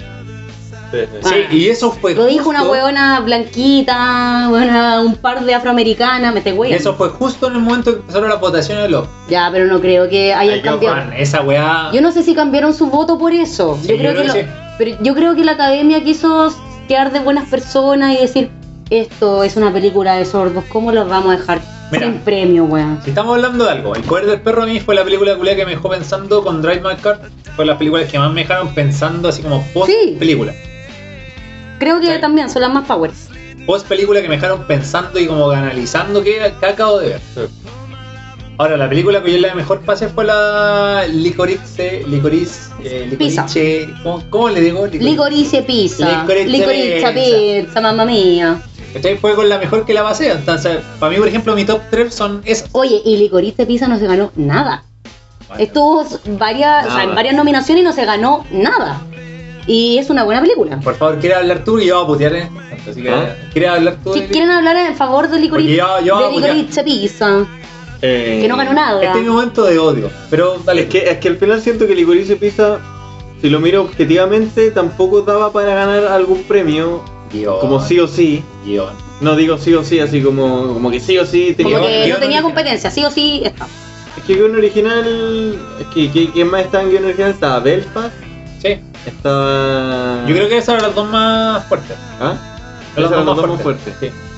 Sí, sí. Sí, y eso fue. Lo dijo una justo- hueona blanquita, una- un par de afroamericanas, me esté y hueón. Eso fue justo en el momento que empezaron las votaciones de los. Ya, pero no creo que hayan Ay, qué cambiado. Man, esa weá. Yo no sé si cambiaron su voto por eso. Sí, yo creo yo que, creo que lo- sí. pero yo creo que la academia quiso quedar de buenas personas y decir, esto es una película de sordos, ¿cómo los vamos a dejar Mira. sin premio, weón? Si estamos hablando de algo, El Poder del Perro a mí fue la película culia que me dejó pensando con Drive My Car. Fue las películas que más me dejaron pensando así como post Sí. película. Creo que Sí. también son las más powers. post película que me dejaron pensando y como analizando qué, qué acabo de ver. Sí. Ahora, la película que yo la mejor pasé fue la Licorice, Licorice, eh, Pizza. Licorice, ¿cómo, ¿cómo le digo? Licorice pizza. Licorice Licorice pizza. pizza, mamma mía. ¿Cachai? Fue con la mejor que la pasé. Entonces, para mí, por ejemplo, mi top tres son esas. Oye, y Licorice pizza no se ganó nada. Bueno, Estuvo varias, o sea, en Nada. varias nominaciones y no se ganó nada. Y es una buena película. por favor, ¿quieres hablar tú? Y yo voy a putear en esto. Así que, ¿Ah? ¿quieres hablar tú? Si de- quieren hablar en favor de Licorice, Porque yo- yo de voy a putear. Licorice pizza, Eh, que no ganó nada. Este es mi momento de odio. Pero dale. Es que, es que al final siento que Licorice Pizza, si lo miro objetivamente, tampoco daba para ganar algún premio, Guión, como sí o sí. guión. No digo sí o sí, así como, como que sí o sí tenía. Como que guión no tenía original. competencia, sí o sí está. Es que guión original. Es que ¿qui- ¿quién más estaba en guión original? Estaba Belfast, Sí. estaba. Yo creo que esas eran las dos más fuertes. ¿Ah? Las Esas eran dos las más dos más fuertes. fuertes. Sí.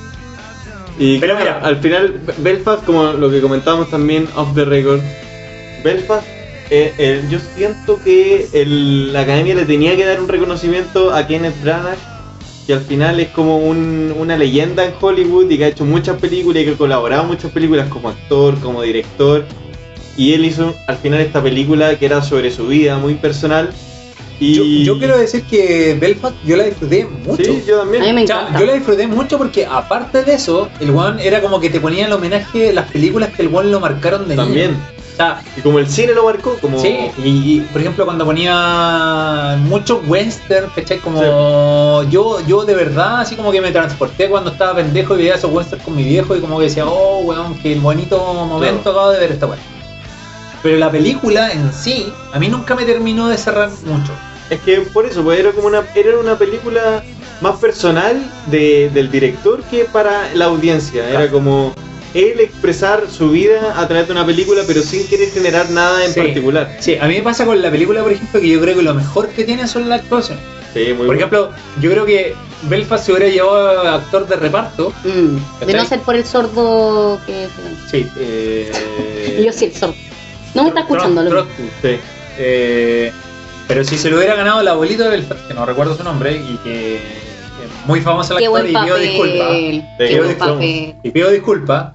Y Pero claro, mira. al final, Be- Belfast, como lo que comentábamos también off the record, Belfast, eh, eh, yo siento que el- la academia le tenía que dar un reconocimiento a Kenneth Branagh, que al final es como un- una leyenda en Hollywood y que ha hecho muchas películas y que ha colaborado en muchas películas como actor, como director. Y él hizo al final esta película que era sobre su vida, muy personal. Y Yo, yo quiero decir que Belfast yo la disfruté mucho. Sí, yo también. A mí me O sea, encanta. yo la disfruté mucho porque aparte de eso, el one era como que te ponía el homenaje de las películas que el one lo marcaron de También. niño. O sea, Y como el cine lo marcó, como. sí, y, y, por ejemplo cuando ponía muchos western, ¿cachai? Como yo, yo de verdad así como que me transporté cuando estaba pendejo y veía esos western con mi viejo y como que decía, oh weón, que el bonito momento Claro. acabo de ver esta weón. Pero la película en sí, a mí nunca me terminó de cerrar mucho. Es que por eso, pues era como una, era una película más personal de, del director que para la audiencia. Era Claro. como él expresar su vida a través de una película, pero sin querer generar nada en Sí. particular. Sí, a mí me pasa con la película, por ejemplo, que yo creo que lo mejor que tiene son las actuaciones. Sí, muy Por bueno. ejemplo, yo creo que Belfast se hubiera llevado a actor de reparto. Mm, de ¿Cachai? no ser por el sordo que... Sí, eh... Yo sí, el sordo. No me está escuchando, Tro- loco. Trotsky. Sí. Eh, pero si se lo hubiera ganado el abuelito de Belfast, que no recuerdo su nombre, y que es muy famoso el Qué actor, buen y pido disculpas. papel. Qué Qué buen buen papel. Y pido disculpas,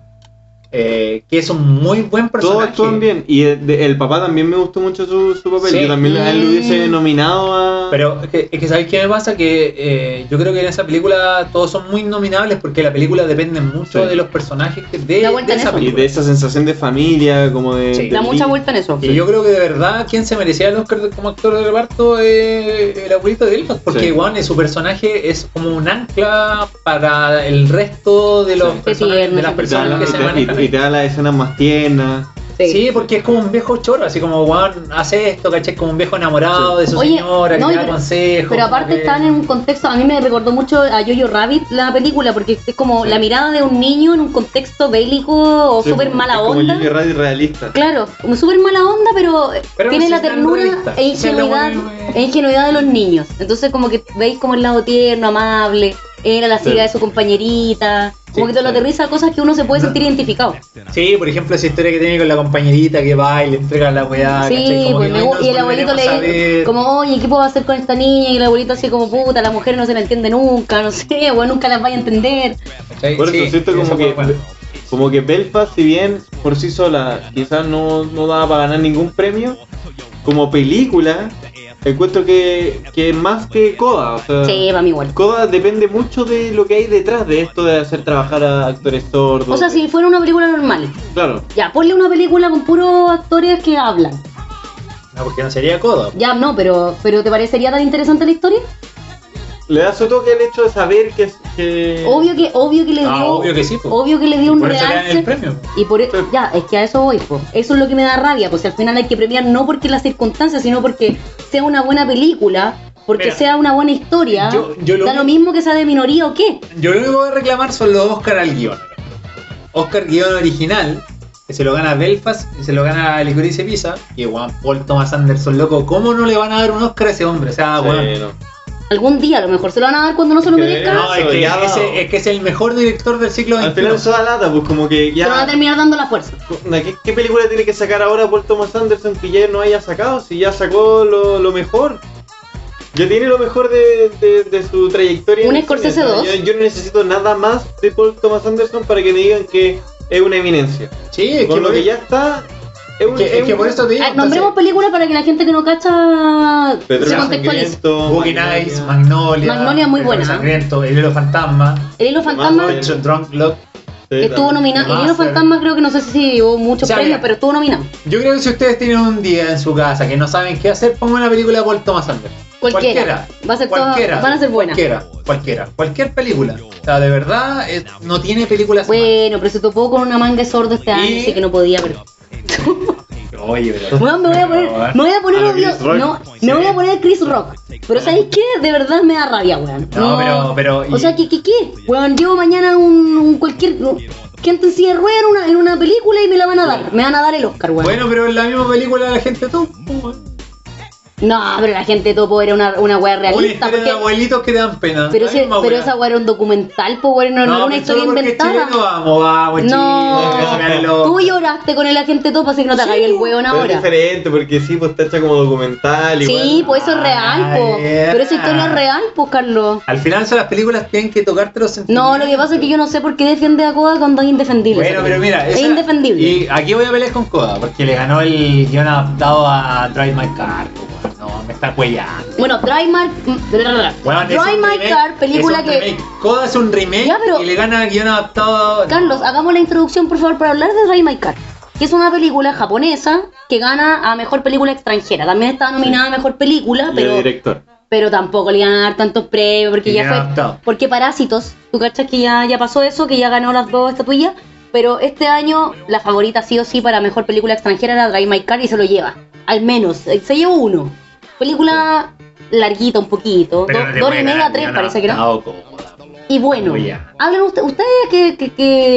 eh, que es un muy buen personaje. Todos actúan bien. Y el, de- el papá también me gustó mucho su, su papel. Sí. Yo también a él lo hubiese Mm. nominado a. Pero es que, es que ¿sabéis qué me pasa? Que eh, yo creo que en esa película todos son muy nominables porque la película depende mucho Sí. de los personajes que de, Da vuelta de en esa eso. Y película. de esa sensación de familia, como de. Sí. de Da mucha li- vuelta en eso. Y yo creo que de verdad quien se merecía el Oscar de- como actor de reparto es el abuelito de Belfast, porque Sí. igual su personaje es como un ancla para el resto de los Sí. personajes, tierno, de las sí. Y te da personas la- que y se te- manejan. y- y te da las escenas más tiernas. Sí, porque es como un viejo choro, así como Juan hace esto, ¿cachai? Como un viejo enamorado Sí. de su Oye, señora, que no, le y da pero- consejos. Pero como aparte que- están en un contexto, a mí me recordó mucho a Jojo Rabbit la película, porque es como Sí. la mirada de un niño en un contexto bélico o Sí, súper mala es onda. Como Jojo Rabbit realista. Claro, como súper mala onda, pero, Pero tiene sí la es tan ternura realista. e Sí, es lo ingenuidad, bueno, eh. e ingenuidad de los niños. Entonces como que veis como el lado tierno, amable, era la ciega Sí. de su compañerita, como Sí, que te lo sí. aterriza a cosas que uno se puede sentir identificado. Sí, por ejemplo, esa historia que tiene con la compañerita que va y le entrega la weá, ¿cachai? Sí, Como pues, que me hoy gu- nos y el abuelito volveremos a le ver. dice, como, oye, ¿qué puedo hacer con esta niña? Y el abuelito así como, puta, la mujer no se la entiende nunca, no sé, o nunca las vaya a entender. ¿cachai? Por eso Sí, siento eso como fue que, bueno. como que Belfast, si bien por sí sola quizás no, no daba para ganar ningún premio, como película, encuentro que, que más que Coda, o sea, Sí, para mí igual. Coda depende mucho de lo que hay detrás de esto de hacer trabajar a actores sordos. O sea, si fuera una película normal, Claro, ya, ponle una película con puros actores que hablan. No, porque no sería codo. Ya, no, pero, pero ¿te parecería tan interesante la historia? le da su toque el hecho de saber que... que... Obvio que, obvio que le dio, Ah, obvio que sí, po. obvio que le dio un Por eso le dan el realce. premio. Y por e- Sí. ya, es que a eso voy, po. Eso es lo que me da rabia, pues al final hay que premiar no porque las circunstancias, sino porque sea una buena película, porque Mira, sea una buena historia. yo- yo lo da único- lo mismo que sea de minoría o qué. Yo lo único que voy a reclamar son los Oscar al guión. Oscar guión original, que se lo gana Belfast y se lo gana Licorice Pizza. Y Juan Paul Thomas Anderson, loco, ¿cómo no le van a dar un Oscar a ese hombre? O sea, Sí, weón. no. Algún día a lo mejor se lo van a dar cuando no se lo que merezca. No, es que, Ya, ese- no. es que es el mejor director del siglo Al veintiuno. final eso da lata, pues como que Se lo van a ya... terminar dando la fuerza. ¿Qué, qué película tiene que sacar ahora Paul Thomas Anderson que ya no haya sacado? Si ya sacó lo, lo mejor. Ya tiene lo mejor de, de, de su trayectoria. Un en el Scorsese cine. dos. Yo, yo no necesito nada más de Paul Thomas Anderson para que me digan que es una eminencia. Sí, es Con que, lo por, que ya está. Es, un, que, es es que un- por eso te digo. Ah, nombremos películas para que la gente que no cacha Pedro se el contextualice. Sangriento, Boogie Nights, Magnolia. Magnolia muy El buena. Sangriento, El Hilo Fantasma. El Hilo Fantasma Master. Drunk Love. Sí, estuvo también. nominado. El Hilo Master. Fantasma creo que no sé si llevó muchos O sea, premios, mira. pero estuvo nominado. Yo creo que si ustedes tienen un día en su casa que no saben qué hacer, pongan una película de Paul Thomas Anderson. Cualquiera. Va a ser toda- cualquiera, van a ser buenas. Cualquiera, cualquiera, cualquier película. O sea, de verdad, es- no tiene películas Bueno, pero se topó con una manga de sordo este año, Y- así que no podía ver. malas. Oye, pero... Bueno, me voy a poner, me voy a poner A lo odio- Chris Rock. no, me voy a poner Chris Rock. Pero ¿sabéis qué? De verdad me da rabia, weón. No, pero- pero- O y- sea, ¿qué, qué, qué? Weón, llevo mañana un, un cualquier... gente en silla de ruedas en una, en una película y me la van a dar. Me van a dar el Oscar, weón. Bueno, pero en la misma película de la gente tú. No, pero la gente topo era una, una weá Una realista. historia Porque, de abuelitos que te dan pena. pero La ese, misma pero wea. esa weá era un documental, pues weón, no, no era una pero historia solo porque es inventada. chileno, vamos, vamos, No, chicos, véanlo. tú lloraste con el agente topo, así que no te hagáis el hueón Pero es ahora. diferente porque sí, pues está hecha como documental. Sí, igual. pues eso es real, po. Ah, yeah. Pero esa historia es real, pues, Carlos. Al final son las películas tienen que tocarte los sentimientos. No, lo que pasa es que yo no sé por qué defiende a Koda cuando es indefendible. Bueno, pero mira, es esa- indefendible. Y aquí voy a pelear con Koda, porque le ganó el guión adaptado a Drive My Car. pues, No, me está cuellando. Bueno, Drive My, Weón, es Drive un My remake, Car, película es un que... remake. Koda es un remake Ya, pero- y le gana guión adaptado. Carlos, hagamos la introducción, por favor, para hablar de Drive My Car. Que es una película japonesa que gana a Mejor Película Extranjera. También está nominada a Mejor Película, Y el pero... director. pero tampoco le iban a dar tantos premios porque Y ya bien fue adaptado. porque Parásitos, tú cachas que ya, ya pasó eso, que ya ganó las dos estatuillas, pero este año la favorita sí o sí para mejor película extranjera era Drive My Car y se lo lleva, al menos, eh, se llevó uno. Película larguita un poquito, Pero do- no te dos puede y media, ganar tres guión parece que no. adaptado, Koda. Y bueno, Oye. hablen usted- ustedes que, que,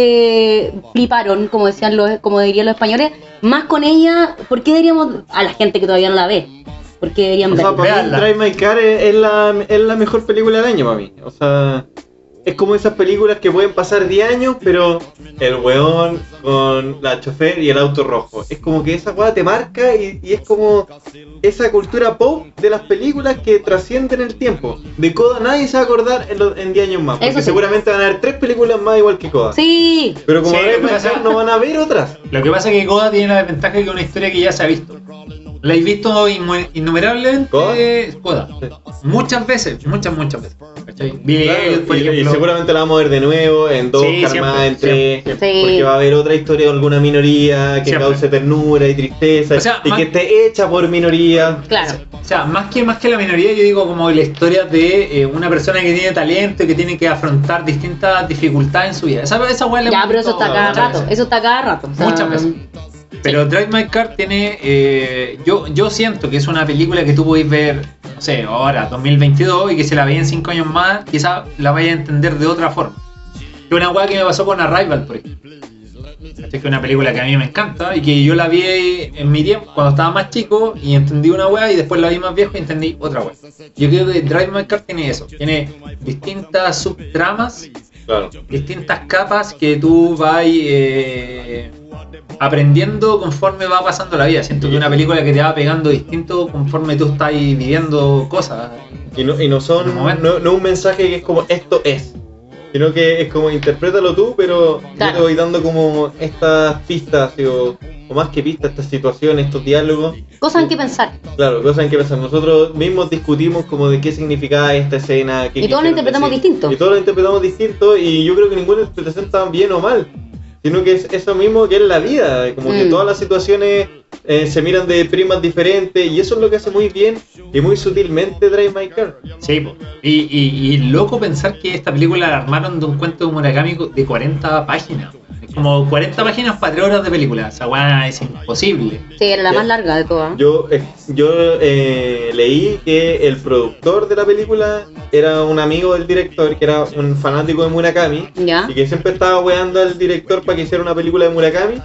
que fliparon, como decían los, como dirían los españoles, más con ella, ¿por qué deberíamos, a la gente que todavía no la ve, por qué deberían O sea, verla? para mí Veanla. Drive My Car es, es la, es la mejor película del año para mí. O sea, es como esas películas que pueden pasar diez años, pero el weón con la chofer y el auto rojo. Es como que esa weá te marca y, y es como esa cultura pop de las películas que trascienden el tiempo. De Koda nadie se va a acordar en, los- en diez años más, porque Eso sí. seguramente van a haber tres películas más igual que Koda. Sí, Pero como Sí, Drive lo que My pasa- Car no van a ver otras. Lo que pasa es que Koda tiene la desventaja que es una historia que ya se ha visto. La he visto inmu- innumerablemente. ¿Koda? Koda. Sí. Muchas veces, muchas, muchas veces. ¿Cachai? Billy Claro, Elliot, por y, y ejemplo. seguramente la vamos a ver de nuevo en dos Sí, Oscar más, siempre, en tres, siempre, Sí. porque va a haber otra historia de alguna minoría que Siempre. cause ternura y tristeza O sea, y más- que esté hecha por minoría. claro. O sea, más que, más que la minoría, yo digo como la historia de eh, una persona que tiene talento y que tiene que afrontar distintas dificultades en su vida. Esa, esa weá la Ya, hemos pero eso visto está cada muchas rato, veces. eso está cada rato. o sea, Muchas veces. Pero Drive My Car tiene. eh, yo, yo siento que es una película que tú podéis ver, no sé, ahora, dos mil veintidós, y que si la veis en cinco años más, quizás la vayas a entender de otra forma. Que una weá que me pasó con Arrival, por ejemplo. ¿Cachai? Que es una película que a mí me encanta y que yo la vi en mi tiempo cuando estaba más chico y entendí una weá y después la vi más viejo y entendí otra weá. Yo creo que Drive My Car tiene eso, tiene distintas subtramas, Claro. distintas capas que tú vas eh, aprendiendo conforme va pasando la vida. Siento que es una película que te va pegando distinto conforme tú estás viviendo cosas. Y no, y no son, Un momento. no, no un mensaje que es como esto es, sino que es como interprétalo tú, pero yo Claro. te voy dando como estas pistas, ¿sí? o, o más que pistas, estas situaciones, estos diálogos. Cosas en que pensar. Claro, cosas en que pensar. Nosotros mismos discutimos como de qué significaba esta escena. Qué Y todos lo quisieron interpretamos decir. distinto. Y todos lo interpretamos distinto y yo creo que ninguna interpretación está bien o mal. Sino que es eso mismo que es la vida. Como que Mm. todas las situaciones eh, se miran de primas diferentes y eso es lo que hace muy bien y muy sutilmente Drive My Car. Sí, po. y, y, y loco pensar que esta película la armaron de un cuento de Murakami de cuarenta páginas. Es como cuarenta páginas para tres horas de película. Esa weá es imposible. Sí, era la Ya. más larga de todas. Yo, eh, yo eh, leí que el productor de la película era un amigo del director, que era un fanático de Murakami, ¿Ya? y que siempre estaba weando al director para que hiciera una película de Murakami,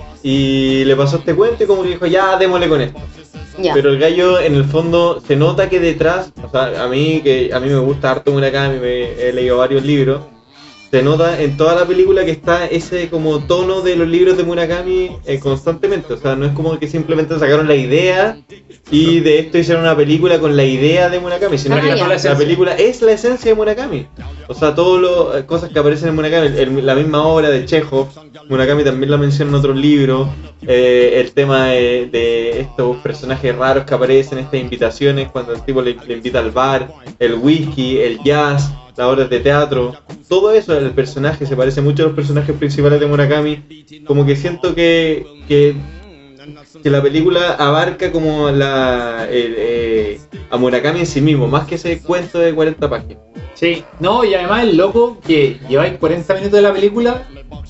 y le pasó este cuento y como que dijo, ya, démosle con esto. Ya. Pero el gallo, en el fondo, se nota que detrás, o sea, a mí, que a mí me gusta harto Murakami, me he leído varios libros, se nota en toda la película que está ese como tono de los libros de Murakami eh, constantemente. O sea, no es como que simplemente sacaron la idea y de esto hicieron una película con la idea de Murakami, sino Ah, que ya. la, la película es la esencia de Murakami. O sea, todas las cosas que aparecen en Murakami, el- el- la misma obra de Chekhov, Murakami también la menciona en otros libros, eh, el tema de, de estos personajes raros que aparecen, estas invitaciones cuando el tipo le, le invita al bar, el whisky, el jazz, las obras de teatro, todo eso, el personaje se parece mucho a los personajes principales de Murakami. Como que siento que, que, que la película abarca como la el, eh, a Murakami en sí mismo, más que ese cuento de cuarenta páginas. Sí, no, y además el loco que lleváis cuarenta minutos de la película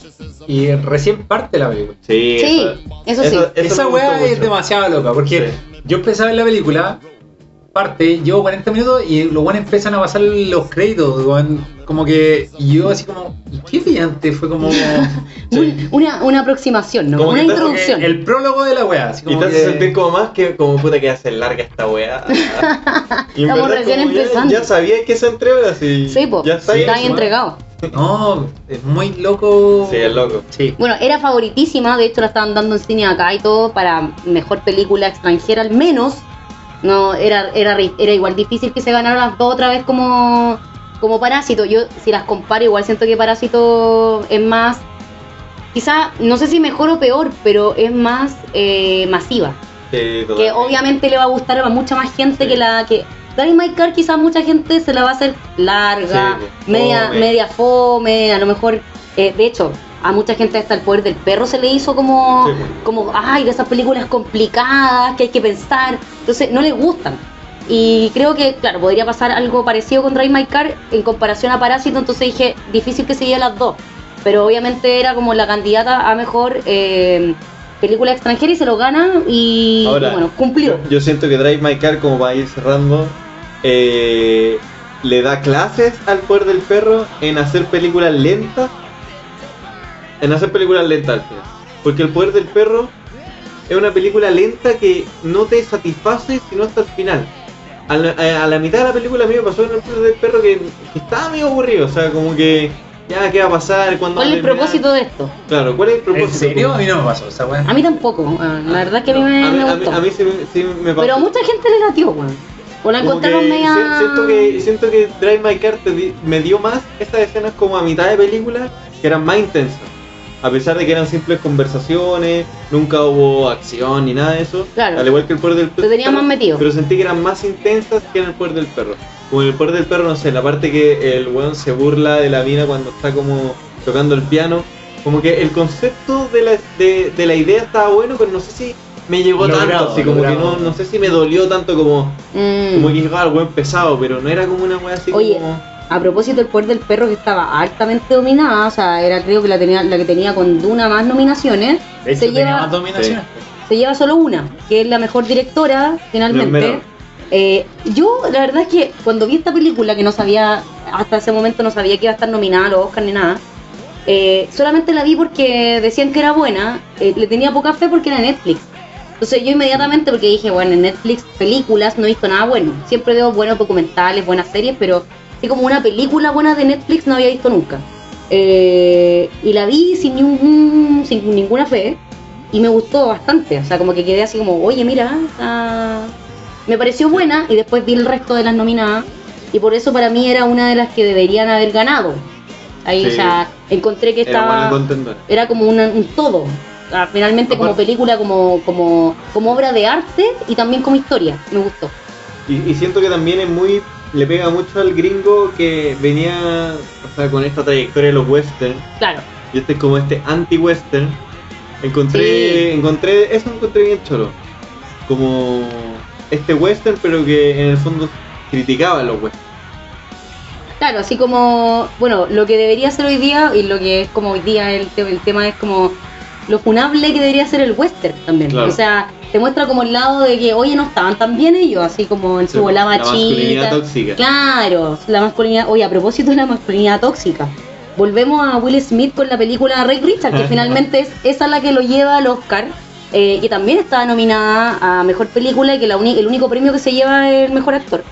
y recién parte la película. Sí, Sí, eso sí. Esa me weá gustó es mucho. demasiado loca, porque Sí. yo empecé a ver la película, parte, llevo cuarenta minutos y los buenos empiezan a pasar los créditos, weón, como que, y yo así como, ¿y qué brillante? Fue como Un- una, una aproximación, ¿no? Como Una que te- introducción. el prólogo de la weá, así Y como te hace que- sentir como más que como puta que hace larga esta weá. Y en Estamos verdad recién como ya- empezando. Ya, sabía que son tres horas y Sí, po, ya está Sí, ahí. está ahí eso, entregado. No, es muy loco. Sí, es loco. Sí. Bueno, era favoritísima, de hecho la estaban dando en cine acá y todo para mejor película extranjera al menos. No, era, era, era igual difícil que se ganaran las dos otra vez como, como Parásito. Yo, si las comparo, igual siento que Parásito es más, quizá, no sé si mejor o peor, pero es más eh, masiva. Sí, Que totalmente. obviamente le va a gustar a mucha más gente Sí. que la que... Drive My Car quizás mucha gente se la va a hacer larga, Sí, pues, media, fome. media fome, a lo mejor, eh, de hecho, a mucha gente hasta El Poder del Perro se le hizo como, Sí, pues. como, ay, de esas películas complicadas que hay que pensar, entonces no les gustan. Y creo que, claro, podría pasar algo parecido con Drive My Car en comparación a Parásito, entonces dije, difícil que se lleve las dos, pero obviamente era como la candidata a mejor eh, película extranjera y se lo gana y, Ahora, y bueno, cumplió. Yo siento que Drive My Car, como para ir cerrando, eh, le da clases al Poder del Perro en hacer películas lentas. En hacer películas lentas al final. Porque El Poder del Perro es una película lenta que no te satisface sino hasta el final. A la, a la mitad de la película a mí me pasó en El Poder del Perro que, que estaba medio aburrido. O sea, como que ya, ¿qué va a pasar? ¿Cuándo ¿Cuál va es a el terminar? propósito de esto? Claro, ¿cuál es el propósito? ¿En serio? A mí no me pasó esa weá. A mí tampoco, weón. La verdad es que a mí me, A mí, me a mí- gustó. a mí sí, me- sí me pasó. Pero a mucha gente le latió, weón. O la Como encontraron que media... si- Siento que, siento que Drive My Car te di- me dio más estas escenas como a mitad de película que eran más intensas. A pesar de que eran simples conversaciones, nunca hubo acción ni nada de eso. Claro. Al igual que El Poder del Te tenía Perro. más metido. Pero sentí que eran más intensas que en El Poder del Perro. Como en El Poder del Perro, no sé, la parte que el weón se burla de la mina cuando está como tocando el piano. Como que el concepto de la, de, de la idea estaba bueno, pero no sé si me llegó Logrado, tanto. Así como que logrado. no, no sé si me dolió tanto como... Mm. Como que dije, ah, el buen pesado, pero no era como una wea así Oye, como... a propósito, El Poder del Perro, que estaba altamente dominada, o sea, era creo que la tenía la que tenía con Duna más nominaciones, De hecho, se tenía lleva, más dominaciones. se lleva solo una, que es la mejor directora, No es finalmente. menor. Eh, yo, la verdad es que cuando vi esta película, que no sabía, hasta ese momento no sabía que iba a estar nominada a los Oscars ni nada, eh, solamente la vi porque decían que era buena, eh, le tenía poca fe porque era Netflix. Entonces yo inmediatamente, porque dije, bueno, en Netflix, películas, no he visto nada bueno. Siempre veo buenos documentales, buenas series, pero así como una película buena de Netflix no había visto nunca. Eh, y la vi sin, ningún, sin ninguna fe y me gustó bastante. O sea, como que quedé así como, oye, mira, ah, me pareció buena y después vi el resto de las nominadas y por eso para mí era una de las que deberían haber ganado. Ahí, Sí. o sea, encontré que Era estaba... buena contendora. Era como una- un todo. Ah, finalmente como Aparte- película, como, como, como obra de arte y también como historia. Me gustó. Y, y siento que también es muy... Le pega mucho al gringo que venía, o sea, con esta trayectoria de los western. Claro. Y este es como este anti-western. Encontré... Sí. encontré Eso encontré bien choro. Como... Este western, pero que en el fondo criticaba a los westerns. Claro, así como, bueno, lo que debería ser hoy día y lo que es como hoy día el, te- el tema es como lo funable que debería ser el western también. Claro. O sea, te muestra como el lado de que, oye, no estaban tan bien ellos, así como en su Sí, bola la masculinidad machita. tóxica. Claro, la masculinidad. Oye, a propósito de la masculinidad tóxica, volvemos a Will Smith con la película Ray Richard, que finalmente es esa la que lo lleva al Oscar, eh, que también estaba nominada a Mejor Película y que la uni- el único premio que se lleva es el Mejor Actor.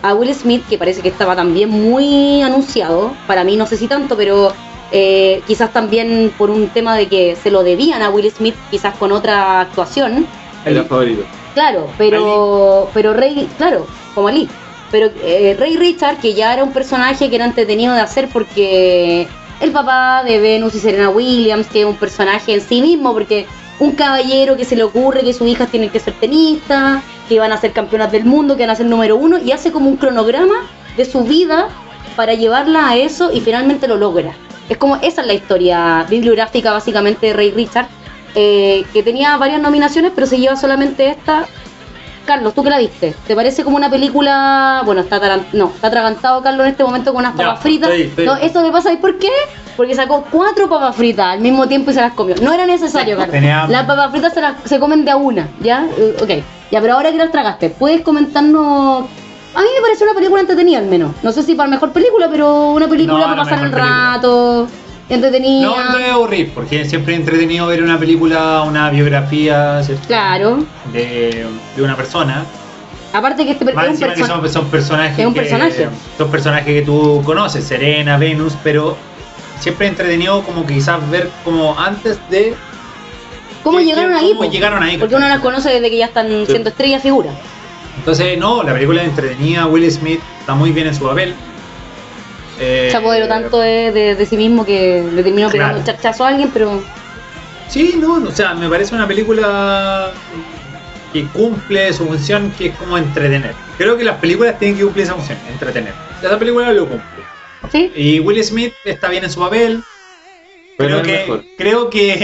a Will Smith, que parece que estaba también muy anunciado, para mí no sé si tanto, pero eh, quizás también por un tema de que se lo debían a Will Smith, quizás con otra actuación. Era favorito. Claro, pero pero Rey, claro, como Ali. Pero eh, Ray Richard, que ya era un personaje que era entretenido de hacer porque el papá de Venus y Serena Williams, que es un personaje en sí mismo, porque un caballero que se le ocurre que sus hijas tienen que ser tenistas, que van a ser campeonas del mundo, que van a ser número uno, y hace como un cronograma de su vida para llevarla a eso y finalmente lo logra. Es como, esa es la historia bibliográfica básicamente de Ray Richard, eh, que tenía varias nominaciones, pero se lleva solamente esta. Carlos, ¿tú qué la viste? ¿Te parece como una película? Bueno, está taran... no, está atragantado Carlos en este momento con unas papas Ya, fritas. estoy, estoy. No, eso le pasa, ¿y por qué? Porque sacó cuatro papas fritas al mismo tiempo y se las comió. No era necesario, Carlos. Tenía- Las papas fritas se, las, se comen de a una, ¿ya? Eh, ok, ya, pero ahora que las tragaste, ¿puedes comentarnos? A mí me parece una película entretenida al menos. No sé si para mejor película, pero una película No, para la pasar el mejor película. rato, entretenida. No, no me aburrí, porque siempre es entretenido ver una película, una biografía, ¿cierto? Claro. de, de una persona. Aparte que este per- Más es un encima que persona. son, son personajes Es un que- personaje. son personajes que tú conoces, Serena, Venus, pero siempre es entretenido como que quizás ver como antes de ¿Cómo que- llegaron que- ahí? cómo po? llegaron ahí, Porque uno ¿cachai? las conoce desde que ya están siendo estrellas figuras. Entonces, no, la película es entretenida, Will Smith está muy bien en su papel. Eh, Se apoderó tanto de, de- de sí mismo que le terminó pegando un Claro. chachazo a alguien, pero Sí, no, o sea, me parece una película que cumple su función, que es como entretener. Creo que las películas tienen que cumplir esa función, entretener. Esa película lo cumple. sí. Y Will Smith está bien en su papel. Pero Creo es que, mejor. creo que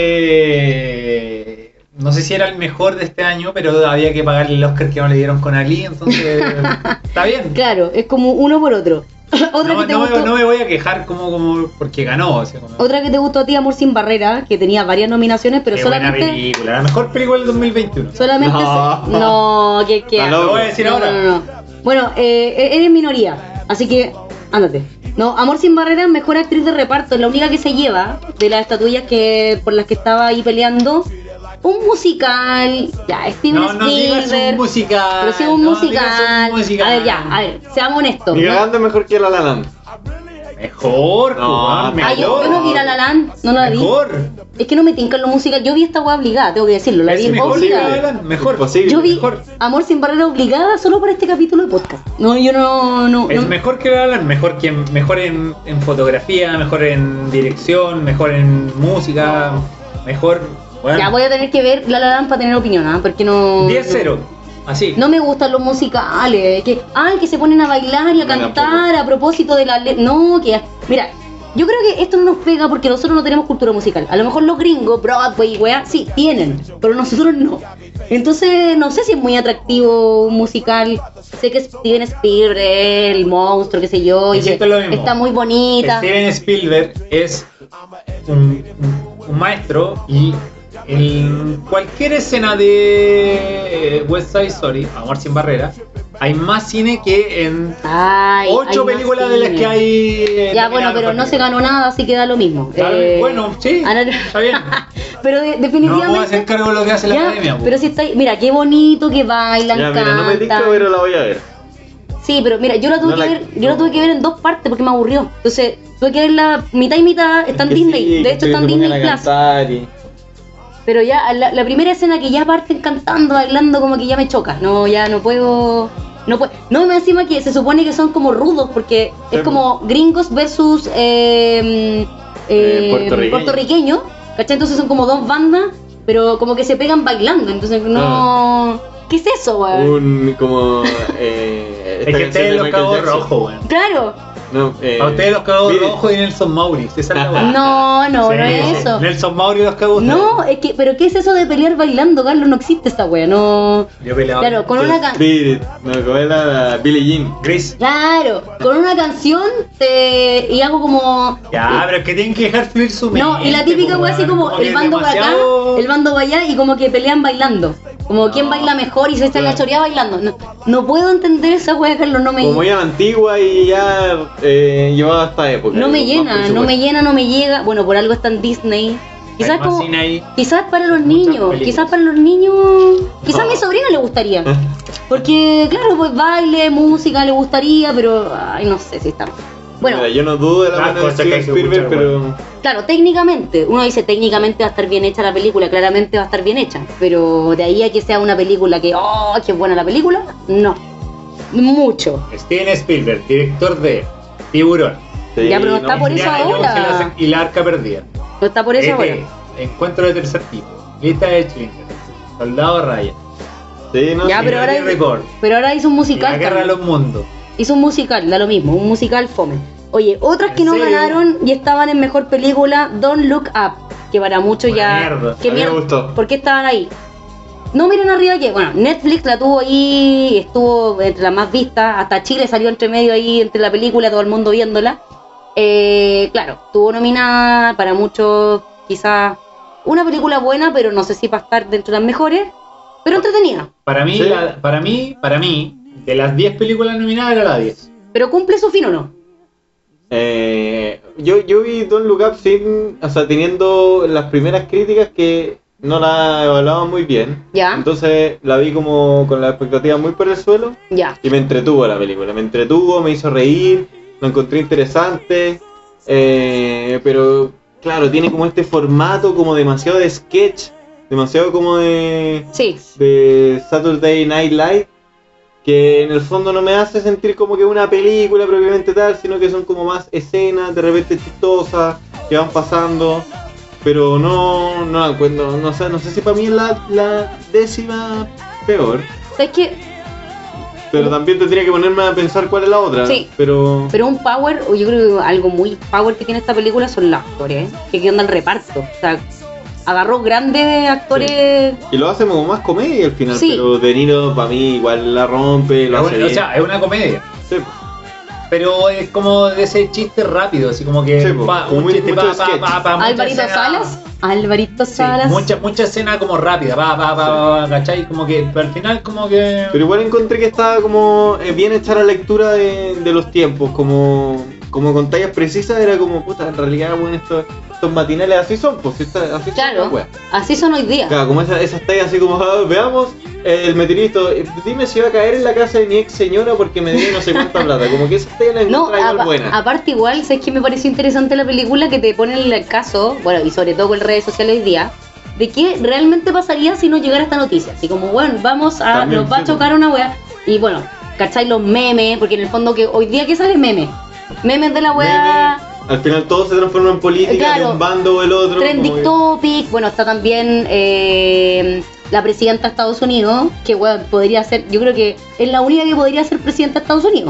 eh, no sé si era el mejor de este año, pero había que pagarle el Oscar que no le dieron con Ali, entonces está bien. Claro, es como uno por otro. Otra No, que te no me- gustó, no me voy a quejar como, como porque ganó. O sea, como- otra que te gustó a ti, Amor sin barrera, que tenía varias nominaciones, pero Qué buena solamente película, la mejor película del dos mil veintiuno. solamente No. se- no, que que Está Lo loco. voy a decir no, ahora. no, no, no. Bueno, eh, eres minoría, así que ándate. No, Amor sin barreras, mejor actriz de reparto, es la única que se lleva de las estatuillas que por las que estaba ahí peleando. Un musical, ya, Steven No, no digas Spielberg. un musical. Pero sí es un no musical. digas un musical. A ver, ya, a ver, seamos honestos. Ni ¿no? cagando es mejor que La La Land. Mejor, No, Juan, Ah, mejor. yo, yo no vi La La Land, no la vi. Mejor. Es que no me tincan los musicales. Yo vi esta weá obligada, tengo que decirlo. La vi Es mejor que La La obligada. Land, mejor. Imposible. Yo vi mejor. Amor sin barrera obligada solo por este capítulo de podcast. No, yo no. no, Es no- mejor que La La Land, mejor que mejor en, en fotografía, mejor en dirección, mejor en música, mejor. Bueno, Ya voy a tener que ver La La Land para tener opinión, ¿ah? Porque no. diez cero. Así. No me gustan los musicales. Que, ay, que se ponen a bailar y a No, cantar a propósito de la. le- No, que. Mira. Yo creo que esto no nos pega porque nosotros no tenemos cultura musical. A lo mejor los gringos, Broadway y weá, sí, tienen, pero nosotros no. Entonces, no sé si es muy atractivo un musical. Sé que Steven Spielberg es el monstruo, qué sé yo, y que Insisto en lo mismo. está muy bonita. Steven Spielberg es un, un- un maestro y en cualquier escena de eh, West Side Story, Amor sin barrera, hay más cine que en Ay, ocho hay más películas de las cine. que hay. eh, Ya, nominadas bueno, a pero mejor no se película. ganó nada, así que da lo mismo. Claro, Eh, bueno, sí, ahora- está bien. pero de- No definitivamente. vamos a hacer cargo de lo que hace la Ya, academia. po. pero si está, mira, qué bonito que bailan, Ya, mira, no me cantan. tinca, pero la voy a ver. Sí, pero mira, yo la tuve No que la- ver, yo la tuve que ver en dos partes porque me aburrió. Entonces, tuve que verla mitad y mitad, está en Es que Disney, sí, de que hecho se está en pongan Disney a Plus. cantar y- Pero ya la, la primera escena que ya parten cantando, bailando, como que ya me choca. No, ya no puedo. No puedo. No, me encima que se supone que son como rudos, porque Sí, es como gringos versus eh, eh, Eh, puertorriqueños. puertorriqueños, ¿cachai? Entonces son como dos bandas, pero como que se pegan bailando. Entonces no. ¿Qué es eso, weón? Un como eh, Es esta que canción ustedes de los Michael cabos Jackson. rojos, weón. Claro. No, eh, A ustedes los cabos Beat It. rojos y Nelson Maurice. Esa es la weá. No, no, Sí, no es sí. eso. Nelson Maurice y los cabos No, es que, pero ¿qué es eso de pelear bailando, Carlos? No existe esa wea, no. Yo peleaba. Claro, con una canción. Beat It. No, como era la Billie Jean. Gris. Claro, con una canción te... y hago como. Ya, pero es que tienen que dejar fluir su mente. No, y la típica po, wea así weón. como que el bando para acá, demasiado- el bando para allá y como que pelean bailando. Como quién baila mejor y se está la Claro. choreada bailando. No, no puedo entender esa wea, Carlos, no me. Como ya la antigua y ya eh, llevaba esta época. No me más llena, no presupuesto. me llena, no me llega. Bueno, por algo está en Disney. Quizás Hay más como, cine ahí. quizás para los Muchas niños, películas. quizás para los niños, quizás a No. mi sobrina le gustaría. Porque, claro, pues baile, música le gustaría, pero, ay, no sé si está. Bueno, Mira, yo no dudo de la Las buena de cosas que Steven hay que Spielberg, escuchar, pero claro, técnicamente, uno dice técnicamente va a estar bien hecha la película, claramente va a estar bien hecha, pero de ahí a que sea una película que, oh, qué buena la película, no. Mucho. Steven Spielberg, director de Tiburón. sí, Ya, pero no está por eso Indiana Jones ahora. y la- Y la Arca Perdida. No está por eso E T, ahora. Encuentro de tercer tipo. Lista de Schindler. Soldado Ryan. Sí, no, Ya, sí. pero ahora- Minority Report. Pero ahora hizo un Y musical. La Guerra de también. los Mundos. Hizo un musical, da lo mismo, un musical fome. Oye, otras que ¿En no serio? ganaron y estaban en mejor película, Don't Look Up, que para muchos Buena ya. mierda. ¿Qué A mí me mierda? gustó. ¿Por qué estaban ahí? No miren arriba que, bueno, Netflix la tuvo ahí, estuvo entre las más vistas, hasta Chile salió entre medio ahí, entre la película, todo el mundo viéndola. Eh, claro, tuvo nominada para muchos, quizás una película buena, pero no sé si para estar dentro de las mejores, pero entretenida. Para mí, Sí. la- para mí, para mí, de las diez películas nominadas era la diez. Pero cumple su fin o no. Eh, yo, yo vi Don't Look Up sin, o sea, teniendo las primeras críticas que no la evaluaban muy bien. Ya. Entonces la vi como con la expectativa muy por el suelo Ya. y me entretuvo la película. Me entretuvo, me hizo reír, lo encontré interesante. eh, pero claro, tiene como este formato como demasiado de sketch, demasiado como de, Sí. de Saturday Night Live, que en el fondo no me hace sentir como que una película propiamente tal, sino que son como más escenas de repente chistosas que van pasando, pero no no la encuentro, no sé, no sé si para mí es la, la décima peor, ¿Sabes qué? pero también tendría que ponerme a pensar cuál es la otra, Sí. pero Pero un power, o yo creo que algo muy power que tiene esta película son los actores, ¿eh? Que qué onda el reparto. O sea, agarró grandes actores. y lo hace como más comedia al final, Sí. pero De Niro para mí igual la rompe, lo Es hace una- o bien. sea, es una comedia. Sí. Pero es como de ese chiste rápido, así como que Sí, po, pa- como un muy- chiste mucho pa, pa, sketch. pa, pa, mucha Alvarito escena- Salas. Alvarito Sí, Salas. mucha, mucha escena como rápida, pa, pa, pa, pa, pa, ¿cachai? Como que pero al final como que... Pero igual encontré que estaba como eh, bien hecha la lectura de, de los tiempos, como, como con tallas precisas, era como, puta, en realidad, bueno, estos, estos matinales así son, pues esta- así son Claro, las weas. así son hoy día. Claro, como esas, esas tallas así como, ah, veamos eh, el meteorito, eh, dime si va a caer en la casa de mi ex señora porque me debe no sé cuánta plata, como que esas tallas las No, encontré igual apa- buenas. aparte igual, ¿sabes que me pareció interesante la película? Que te ponen el caso, bueno, y sobre todo con redes sociales hoy día, de qué realmente pasaría si no llegara esta noticia. Así como, bueno, vamos a, También, nos va a sí, chocar una wea. Y bueno, ¿cachai? Los memes, porque en el fondo que hoy día, ¿qué sale? Memes. Memes de la wea. Meme, al final todo se transforma en política, Claro. de un bando o el otro. Trending como que- topic, bueno, está también eh, la presidenta de Estados Unidos, que bueno, podría ser, yo creo que es la única que podría ser presidenta de Estados Unidos.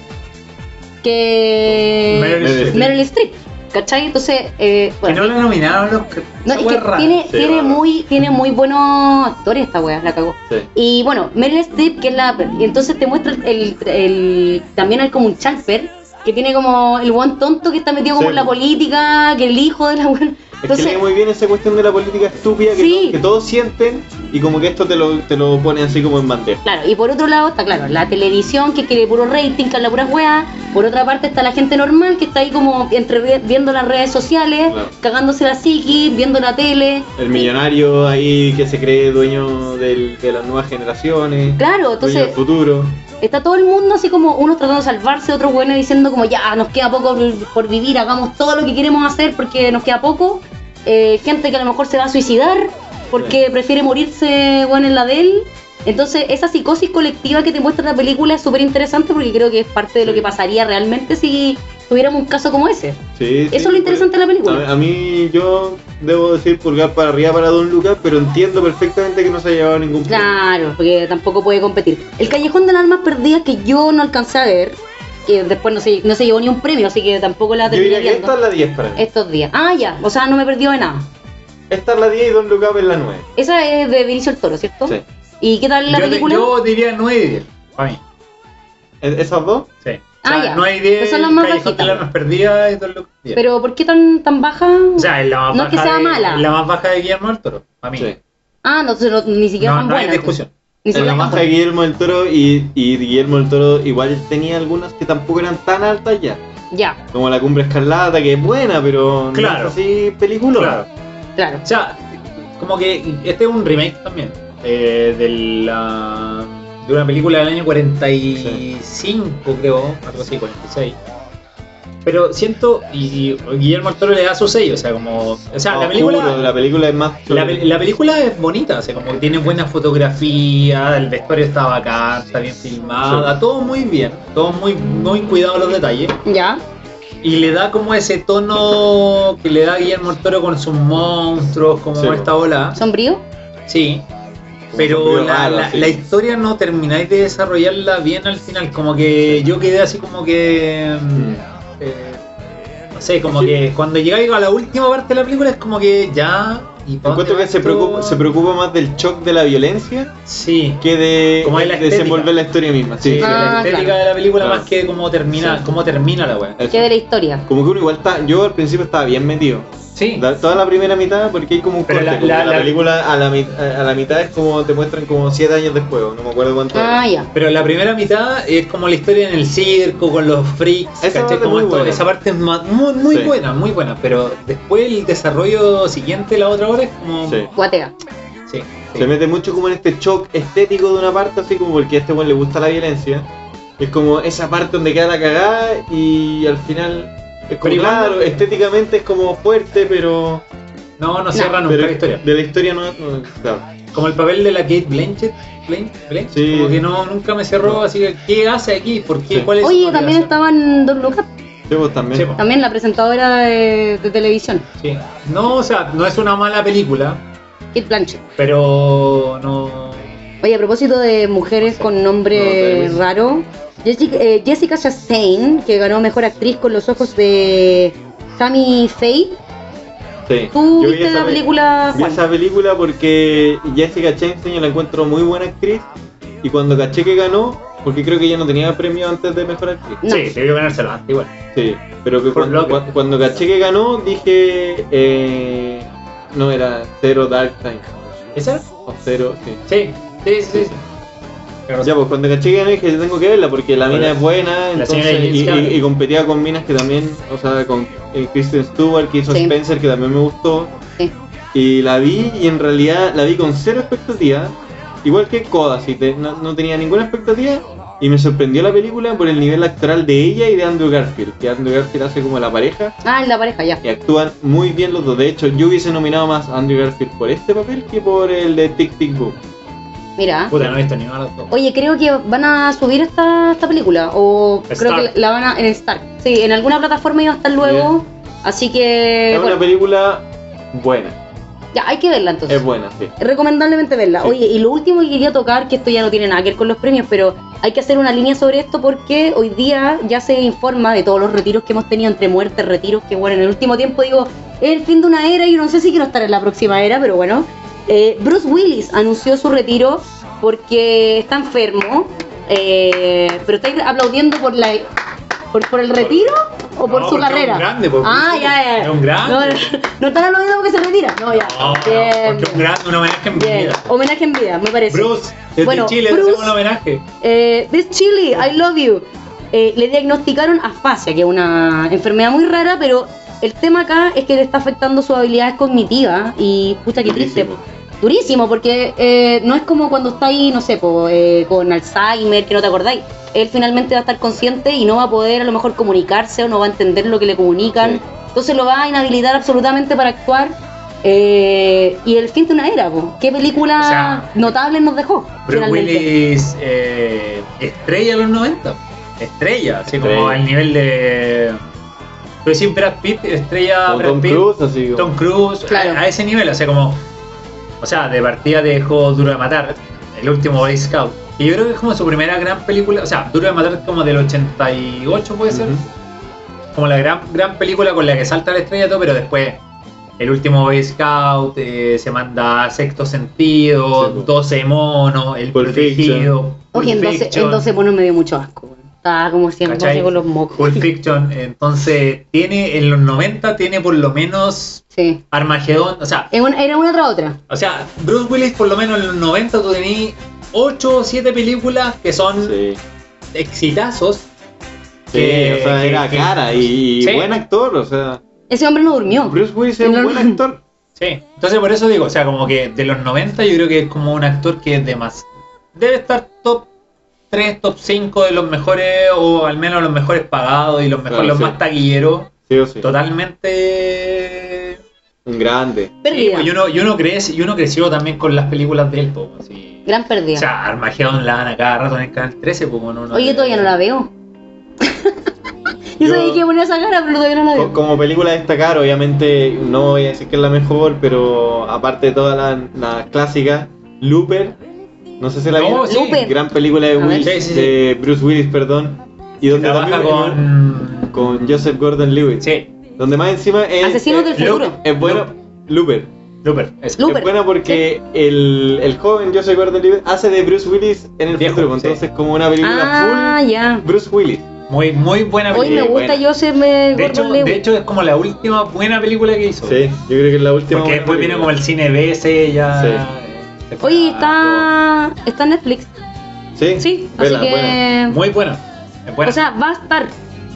Que Meryl Streep. Meryl Streep, ¿cachai? Entonces, eh, Que bueno, no la nominaron los... no, esa es wea que rara. tiene, sí, tiene raro. muy, tiene muy buenos actores esta wea, la cagó. Sí. Y bueno, Meryl Streep, que es la. Y entonces te muestra el, el. También hay como un champer, que tiene como el buen tonto que está metido como Sí. en la política, que el hijo de la buena. Es que lee muy bien esa cuestión de la política estúpida que, Sí. to- que todos sienten y como que esto te lo, te lo pone así como en bandeja. Claro, y por otro lado está, claro, la televisión que quiere puro rating, que habla puras weas. Por otra parte está la gente normal que está ahí como entre viendo las redes sociales, Claro. cagándose la psiqui, viendo la tele. El millonario ahí que se cree dueño del- de las nuevas generaciones, Claro, dueño entonces del futuro. está todo el mundo así como unos tratando de salvarse, otros buenos diciendo como ya, nos queda poco por, por vivir, hagamos todo lo que queremos hacer porque nos queda poco. Eh, gente que a lo mejor se va a suicidar porque prefiere morirse bueno, en la de él. Entonces esa psicosis colectiva que te muestra la película es súper interesante porque creo que es parte de lo Sí. que pasaría realmente si tuviéramos un caso como ese. Sí, sí, Eso es lo interesante de la película. A, a mí yo debo decir pulgar para arriba para Don Lucas, pero entiendo perfectamente que no se ha llevado ningún premio. Claro, porque tampoco puede competir. El Callejón de las Almas Perdidas que yo no alcancé a ver, que después no se, no se llevó ni un premio, así que tampoco la Yo terminé diría que viendo esta es la diez para mí. estos días. Ah, ya, o sea, no me perdió de nada. Esta es la diez y Don Lucas es la nueve. Esa es de Vinicio el Toro, ¿cierto? Sí. ¿Y qué tal la yo, película? yo diría nueve y diez, para mí. ¿Es- ¿Esas dos? Sí. Ah, ya. nueve y diez, Pues son las más Callejón de bajitas. las Almas Perdidas y Don Lucas diez. Pero ¿por qué tan, tan baja? O sea, es la más no es baja que sea de, mala. es la más baja de Guillermo del Toro, para mí. Sí. Ah, no, no, ni siquiera No, tan no hay buena. discusión. Ni Es la siquiera tan baja de buena. Guillermo del Toro y, y Guillermo del Toro igual tenía algunas que tampoco eran tan altas ya. Ya. Como La Cumbre Escarlata, que es buena, pero Claro. no es así película. Claro. Claro. O sea, como que este es un remake también eh, de, la, de una película del año cuarenta y cinco, creo, algo así, cuarenta y seis. Pero siento, y, y Guillermo del Toro le da su sello, o sea, como... O sea, No, la película... juro, la película es más... La, pe- la película es bonita, o sea, como que tiene buena fotografía, el vestuario está bacán, está bien filmada, Sí. todo muy bien, todo muy, muy cuidado los detalles. Ya. Y le da como ese tono que le da Guillermo del Toro con sus monstruos, como Sí. esta ola. ¿Sombrío? Sí. Un Pero sombrío la, raro, la- sí. la historia no termináis de desarrollarla bien al final, como que yo quedé así como que... Mm. eh, no sé, como Sí. que cuando llegáis a la última parte de la película es como que ya... ¿y pa' Encuentro dónde que se va preocupa, esto? se preocupa más del shock de la violencia Sí. que de Como de la estética. desenvolver la historia misma. Sí, Sí, sí. Ah, la estética claro. de la película Claro. más que cómo termina, Sí. cómo termina la wea. Eso. ¿Qué de la historia? Como que uno igual está, yo al principio estaba bien metido. Sí. Da- Toda la primera mitad porque hay como un Pero corte, la- como la- que la, la- película a la, mi- a la mitad es como te muestran como siete años después, o no me acuerdo cuánto. Ah, era. ya. Pero la primera mitad es como la historia en el circo, con los freaks, Esa ¿cachai? parte Como muy esto- buena. esa parte es ma- muy, muy Sí. buena, muy buena. Pero después el desarrollo siguiente, la otra hora, es como... Sí. Guatea. Sí, sí. Se mete mucho como en este shock estético de una parte, así como porque a este weón le gusta la violencia. Es como esa parte donde queda la cagada y al final es como Pero igual claro, no- estéticamente es como fuerte, pero, No, no cierra nunca pero la historia. de la historia no, no claro. Como el papel de la Kate Blanchett, Blan- Blanchett, Sí. como que no, nunca me cerró, así que ¿qué hace aquí? ¿Por qué? Sí. ¿Cuál es su Oye, también motivación? estaba en Don't Look Up. Sí, vos también. Sí, po. También la presentadora de, de televisión. Sí. No, o sea, no es una mala película, Kate Blanchett. pero no... Oye, a propósito de mujeres con nombre No, raro, Jessica, eh, Jessica Chastain, que ganó Mejor Actriz con los ojos de Tammy Faye. Sí. ¿Tú Yo vi viste esa la pe- película, Vi Juan? esa película porque Jessica Chastain yo la encuentro muy buena actriz y cuando caché que ganó, porque creo que ella no tenía premio antes de Mejor Actriz. No. Sí, debió ganárselo antes igual. Sí, pero que Por cuando, lo que- cua- cuando caché que ganó dije eh, no era Zero Dark Time ¿Esa? o Zero, sí. Sí, sí, sí, sí. Pero, Ya pues cuando caché que ganó dije tengo que verla porque la Bueno, mina es buena, la señora entonces, y, Jessica- y- y competía con minas que también, o sea, con eh, Kristen Stewart que hizo Sí. Spencer que también me gustó. Sí. Y la vi y en realidad la vi con cero expectativa, igual que Coda, así te- no, no tenía ninguna expectativa y me sorprendió la película por el nivel actoral de ella y de Andrew Garfield, que Andrew Garfield hace como la pareja Ah, en la pareja, ya. y actúan muy bien los dos. De hecho, yo hubiese nominado más a Andrew Garfield por este papel que por el de Tic Tic Boom. Mira. puta, no he visto ni una de las dos. Oye, creo que van a subir esta, esta película. O creo Star. que la van a. En Star. Sí, en alguna plataforma iba a estar luego. Así que. Es Bueno, una película buena, ya, hay que verla entonces. es buena, sí. Recomendablemente verla. Sí. Oye, y lo último que quería tocar, que esto ya no tiene nada que ver con los premios, pero hay que hacer una línea sobre esto porque hoy día ya se informa de todos los retiros que hemos tenido entre muertes, retiros, que bueno, en el último tiempo digo, es el fin de una era y yo no sé si quiero estar en la próxima era, pero bueno. Eh, Bruce Willis anunció su retiro porque está enfermo, eh, pero estáis aplaudiendo por la... ¿Por, por el retiro o por No, su porque es carrera? un grande, porque ah, Bruce ya, ya. es un grande. No, no están aplaudiendo porque se retira. No, ya. No, Bien, porque bien. un gran un homenaje en Bien, vida. homenaje en vida, me parece. Bruce, desde Bueno, Chile Bruce- le hacemos un homenaje. Eh, this Chili, I love you. Eh, le diagnosticaron afasia, que es una enfermedad muy rara, pero el tema acá es que le está afectando sus habilidades cognitivas y pucha que triste. Durísimo. Durísimo, porque eh, no es como cuando estáis, no sé, po, eh, con Alzheimer, que no te acordáis. Él finalmente va a estar consciente y no va a poder a lo mejor comunicarse o no va a entender lo que le comunican. Sí. Entonces lo va a inhabilitar absolutamente para actuar. Eh, y el fin de una era, po. ¿Qué película O sea, notable nos dejó? Bruce finalmente? Willis, eh, estrella de los noventa. Estrella, así como Estrella. al nivel de. Tú decís Brad Pitt, estrella Como Brad Tom Pitt. Cruise, así como. Tom Cruise, Claro. a, a ese nivel, o sea, como. O sea, de partida dejó Duro de Matar, el último Boy Scout. Y yo creo que es como su primera gran película, o sea, Duro de Matar como del ochenta y ocho puede ser. Ujú. Como la gran, gran película con la que salta la estrella y todo, pero después el último Boy Scout, eh, se manda Sexto Sentido, Sí, pues. doce monos, El Pulp Protegido, Oye, en Pulp doce, Fiction, en doce monos me dio mucho asco. Güey. Estaba como siempre ¿cachai? así con los mocos. Pulp Fiction, entonces tiene, en los noventa tiene por lo menos Sí. Armagedón, o sea, En una- era una tras otra. o sea, Bruce Willis por lo menos en los noventa tú tenías ocho o siete películas que son Sí. exitazos. Sí, que- o sea, que- era que- cara y Sí. buen actor, o sea. Ese hombre no durmió. Bruce Willis es un No, buen no. actor. Sí, entonces por eso digo, o sea, como que de los noventa yo creo que es como un actor que es de más. Debe estar top tres, top cinco de los mejores, o al menos los mejores pagados y los mejores, Claro, los sí. más taquilleros. Sí o sí. Totalmente. Un grande. Sí, Pérdida. pues, y, uno, y, uno crece, y uno creció también con las películas de él, pues, así. Gran pérdida. O sea, Armageddon la dan a cada rato en el canal trece, pues bueno, uno Oye, todavía no la veo. Yo, Yo- sabía que iba a poner esa cara, pero todavía no la Co- veo. Como película a destacar, obviamente no voy a decir que es la mejor, pero aparte de todas las las clásicas, Looper, no sé si la No, vieron, sí. Looper. gran película de, A ver. Willis, Sí, sí, sí. de Bruce Willis, perdón, y donde Trabaja también con. con Joseph Gordon-Levitt, Sí, donde más encima es, Asesinos del es, futuro. es bueno, Looper. Looper. Eso. Looper. Es buena porque el, el joven Joseph Gordon-Levitt hace de Bruce Willis en el Viejo, futuro, sí. entonces como una película Ah, ya. full Bruce Willis. Muy, muy buena Hoy me película. gusta buena. Joseph me De hecho, Gordon de Levitt. hecho, es como la última buena película que hizo. Sí, yo creo que es la última. Porque buena después viene película. como el cine B S ya. Sí. se fue Oye, a- está, está en Netflix. Sí, Sí, vela, así que. buena. Muy buena. Es buena. O sea, va a estar.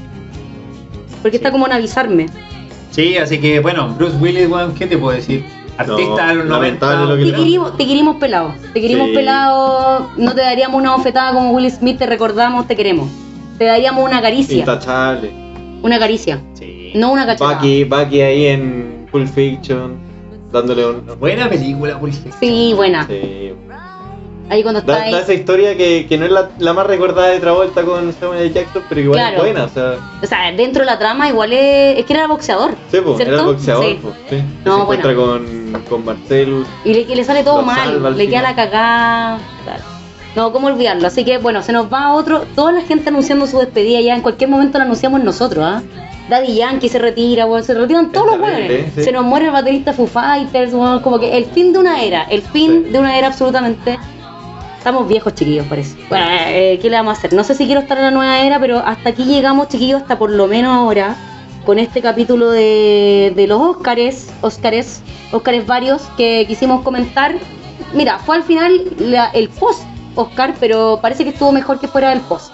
Porque está como en avisarme. Sí, así que bueno, Bruce Willis, weón, ¿qué te puedo decir? Artista de los lamentable noventa. lo que Te le- querimos, te querimos pelado. Te querimos Sí. pelado. No te daríamos una bofetada como Will Smith, te recordamos, te queremos. Te daríamos una caricia. Intachable. Una caricia. Sí. No una cachetada. Bucky, Bucky ahí en Pulp Fiction, dándole un... Buena película, por ejemplo. Sí, buena. Sí. Ahí cuando está Da, ahí. da esa historia que, que no es la, la más recordada de Travolta con Samuel L. Jackson, pero igual Claro. es buena, o sea... O sea, dentro de la trama igual es. Es que era boxeador. Sí, pues, ¿cierto? era el boxeador, Sí. pues, sí. No, Se encuentra con, con Marcellus. Y le, y le sale todo Lo mal, salva al le queda final. la cagada. Claro. No, ¿cómo olvidarlo? Así que bueno, se nos va otro. Toda la gente anunciando su despedida ya. En cualquier momento la anunciamos nosotros, ¿ah? Daddy Yankee se retira, weón, se retiran todos los terrible, weones. sí. Se nos muere el baterista Foo Fighters, weón, como que el fin de una era. El fin Sí. de una era absolutamente. Estamos viejos, chiquillos, parece. Bueno, eh, ¿qué le vamos a hacer? No sé si quiero estar en la nueva era, pero hasta aquí llegamos, chiquillos, hasta por lo menos ahora, con este capítulo de, de los Óscares, Óscares, Óscares varios que quisimos comentar. Mira, fue al final la- el post-Óscar, pero parece que estuvo mejor que fuera el post.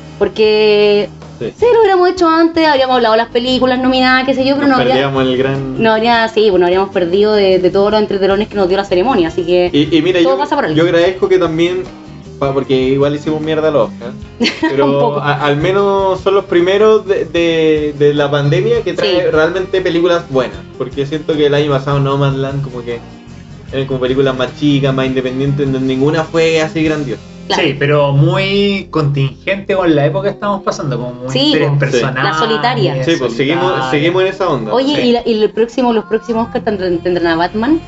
Porque Sí. si lo hubiéramos hecho antes, habríamos hablado de las películas nominadas, qué sé yo, pero Nos no habría, perdíamos el gran... no habría, sí, pues no habríamos perdido de, de todos los entretelones que nos dio la ceremonia, así que Y, y mira, todo yo, pasa por algo. yo agradezco que también, pa- porque igual hicimos mierda a los Oscar, Un pero poco. a- al menos son los primeros de, de, de la pandemia que trae Sí. realmente películas buenas, porque siento que el año pasado No Man's Land como que eran como películas más chicas, más independientes, donde ninguna fue así grandiosa. claro. Sí, pero muy contingente con la época que estamos pasando, como muy Sí, interés po. personal. La solitaria. Sí, pues seguimos, seguimos en esa onda. Oye, Sí. y, la- y el próximo, los próximos Oscar tendrán, tendrán a Batman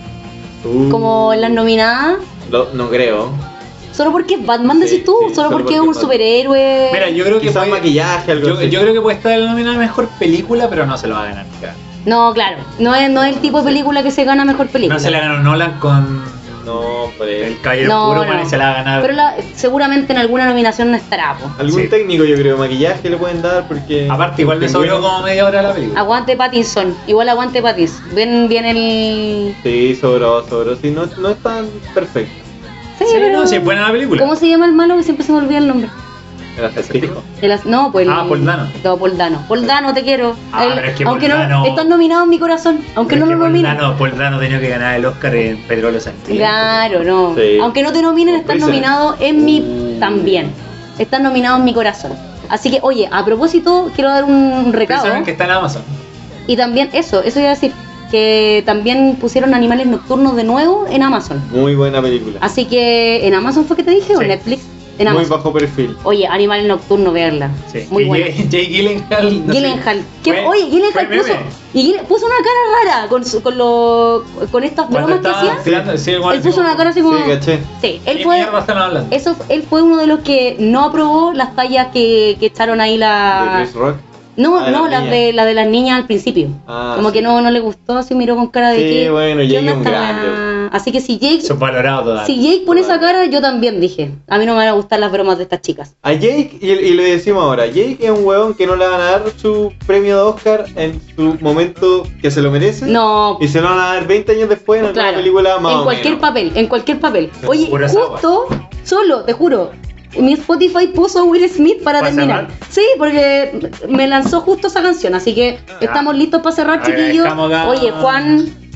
Uh, como las nominadas. lo- no creo. Solo porque es Batman, Sí, decís tú, sí, solo solo porque es porque un es Batman. superhéroe. Mira, yo creo que Quizás puede- maquillaje, algo yo, así. yo creo que puede estar nominada a mejor película, pero no se lo va a ganar. Claro. No, claro, no es, no es el tipo de película que se gana mejor película. No se la ganó Nolan con No, pues... El Caballero No, Oscuro, no. bueno, y se la va a ganar. Pero la- seguramente en alguna nominación no estará, po. Algún Sí. técnico yo creo, maquillaje le pueden dar porque... Aparte, igual le sobró como media hora la película. Aguante Pattinson, igual aguante Pattinson. Ven bien el. Sí, sobró, sobró. Sí, no, no es tan perfecto. Sí, Sí, pero. no, sí, es buena la película. ¿Cómo se llama el malo que siempre se me olvida el nombre? El acertijo. El as- no, pues. Ah, el- Paul Dano. No, Paul Dano. Paul Dano, te quiero. Ah, El- pero es que aunque Paul no. Dano- Estás nominado en mi corazón. Aunque Pero no es lo que nominen. Paul Dano, Paul Dano tenía que ganar el Oscar en Pedro los Sangrientos. Claro, no. Sí. Aunque no te nominen, estás Sorpresa. nominado en mi. Uh. También. Estás nominado en mi corazón. Así que, oye, a propósito, quiero dar un recado. Saben que está en Amazon. Y también, eso, eso iba a decir. Que también pusieron Animales Nocturnos de nuevo en Amazon. Muy buena película. Así que, ¿en Amazon fue que te dije o Sí. en Netflix? En Muy Amazon. bajo perfil. Oye, Animales Nocturnos, verla. Sí. Muy y buena. Jay, Jay Gyllenhaal. no sé, Gyllenhaal. ¿Qué- fue- oye, Gyllenhaal fue puso, meme. y Gyllen- puso una cara rara con, su- con, lo- con estas Cuando bromas que estaba hacía. tirando- sí, igual, Él así puso como- una cara así como. Sí, caché. Sí, él ¿Qué fue. mierda están hablando? Eso, él fue uno de los que no aprobó las tallas que, que echaron ahí De la. Chris Rock. No, Ah, de no, las las niñas. de, la de las niñas al principio. Ah, como sí. que no, no le gustó, así miró con cara de Sí, que. bueno, ¿qué Jake onda es un esta grande. weá? Así que si Jake, Subvalorado total. si Jake pone esa Total. cara, yo también dije. A mí no me van a gustar las bromas de estas chicas. A Jake, y, y le decimos ahora, Jake es un weón que no le van a dar su premio de Oscar en su momento que se lo merece. No, Y se lo van a dar veinte años después en alguna claro. película más En o cualquier menos. papel, en cualquier papel. Pero Oye, puras justo, solo, te juro. Mi Spotify puso a Will Smith para ¿Para terminar. cerrar? Sí, porque me lanzó justo esa canción. Así que estamos listos para cerrar, chiquillos. Agradezcamos acá- Oye, Juan,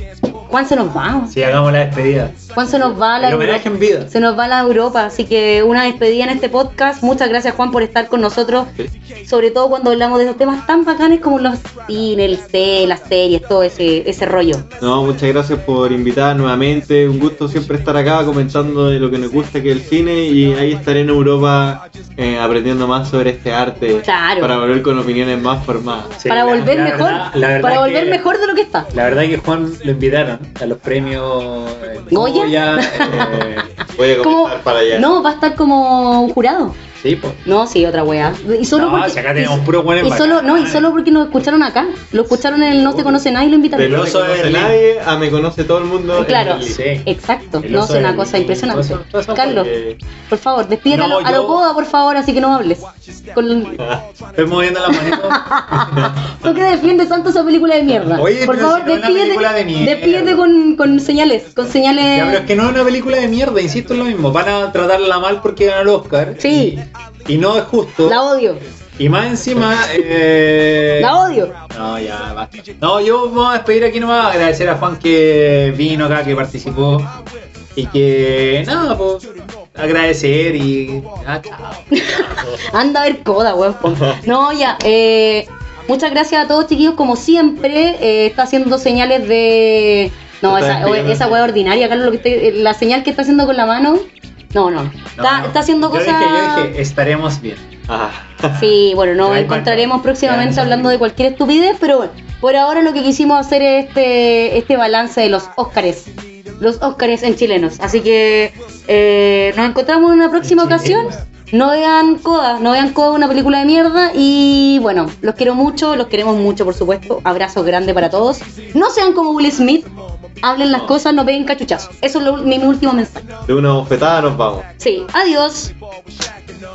Juan se nos va. Sí, hagamos la despedida. Juan se nos va a la El homenaje en vida. Se nos va a la Europa, así que una despedida en este podcast. Muchas gracias, Juan, por estar con nosotros, sobre todo cuando hablamos de esos temas tan bacanes como los cine, el C, las series, todo ese, ese rollo. No, muchas gracias por invitar nuevamente. Un gusto siempre estar acá comentando de lo que nos gusta, que es el cine, y ahí estaré en Europa eh, aprendiendo más sobre este arte. Claro. Para volver con opiniones más formadas. Sí, para la- volver la mejor, verdad- la verdad para volver que- mejor de lo que está. La verdad es que Juan lo invitaron a los premios eh, ¿Goya? eh, Voy a Como, comentar para allá. no, va a estar como jurado. sí, pues. No, sí, otra wea. Y solo No, porque, si acá tenemos puros buenos y solo, bacanes. no, y solo porque nos escucharon acá. Lo escucharon en el No se conoce nadie y lo invitaron. El No oso se conoce de Berlín. nadie, a me conoce todo el mundo. Claro. en Berlín. Sí. Exacto, El no, oso es una de cosa Berlín. impresionante. Todo eso- todo eso Carlos, porque- por favor, despídete a, No, lo, a lo yo- coda, por favor, así que no hables. Con... Estoy moviendo la manito. ¿Tú que defiendes tanto esa película de mierda? Oye, por pero favor, si no es una despídete, película de mierda. despídete con, con señales, con señales. Ya, pero es que no es una película de mierda, insisto en lo mismo. Van a tratarla mal porque ganó el Oscar. Sí. Y, y no es justo. La odio, Y más encima. Eh... la odio. No, ya, basta. No, yo me voy a despedir aquí nomás. Agradecer a Juan que vino acá, que participó. Y que. Nada, pues. Agradecer y. Ah, chao. Anda a ver coda, weón. No, ya. Eh, muchas gracias a todos, chiquillos. Como siempre, eh, está haciendo señales de. No, Está esa, despidiendo. esa weá ordinaria, Carlos. Lo que esté- la señal que está haciendo con la mano. No, no. No, Está, no. está haciendo Yo cosas. dije, yo dije, estaremos bien. Ah. Sí, bueno, nos Ahí encontraremos va. próximamente Ya. hablando de cualquier estupidez, pero bueno, por ahora lo que quisimos hacer es este, este balance de los Óscares. Los Óscares en chilenos. Así que eh, nos encontramos en una próxima ¿En ocasión. chilenos? No vean Coda, no vean Coda, una película de mierda. Y bueno, los quiero mucho, los queremos mucho, por supuesto. Abrazos grandes para todos. No sean como Will Smith, hablen las cosas, no peguen cachuchazos. Eso es lo- mi último mensaje. De una bofetada nos vamos. Sí, adiós.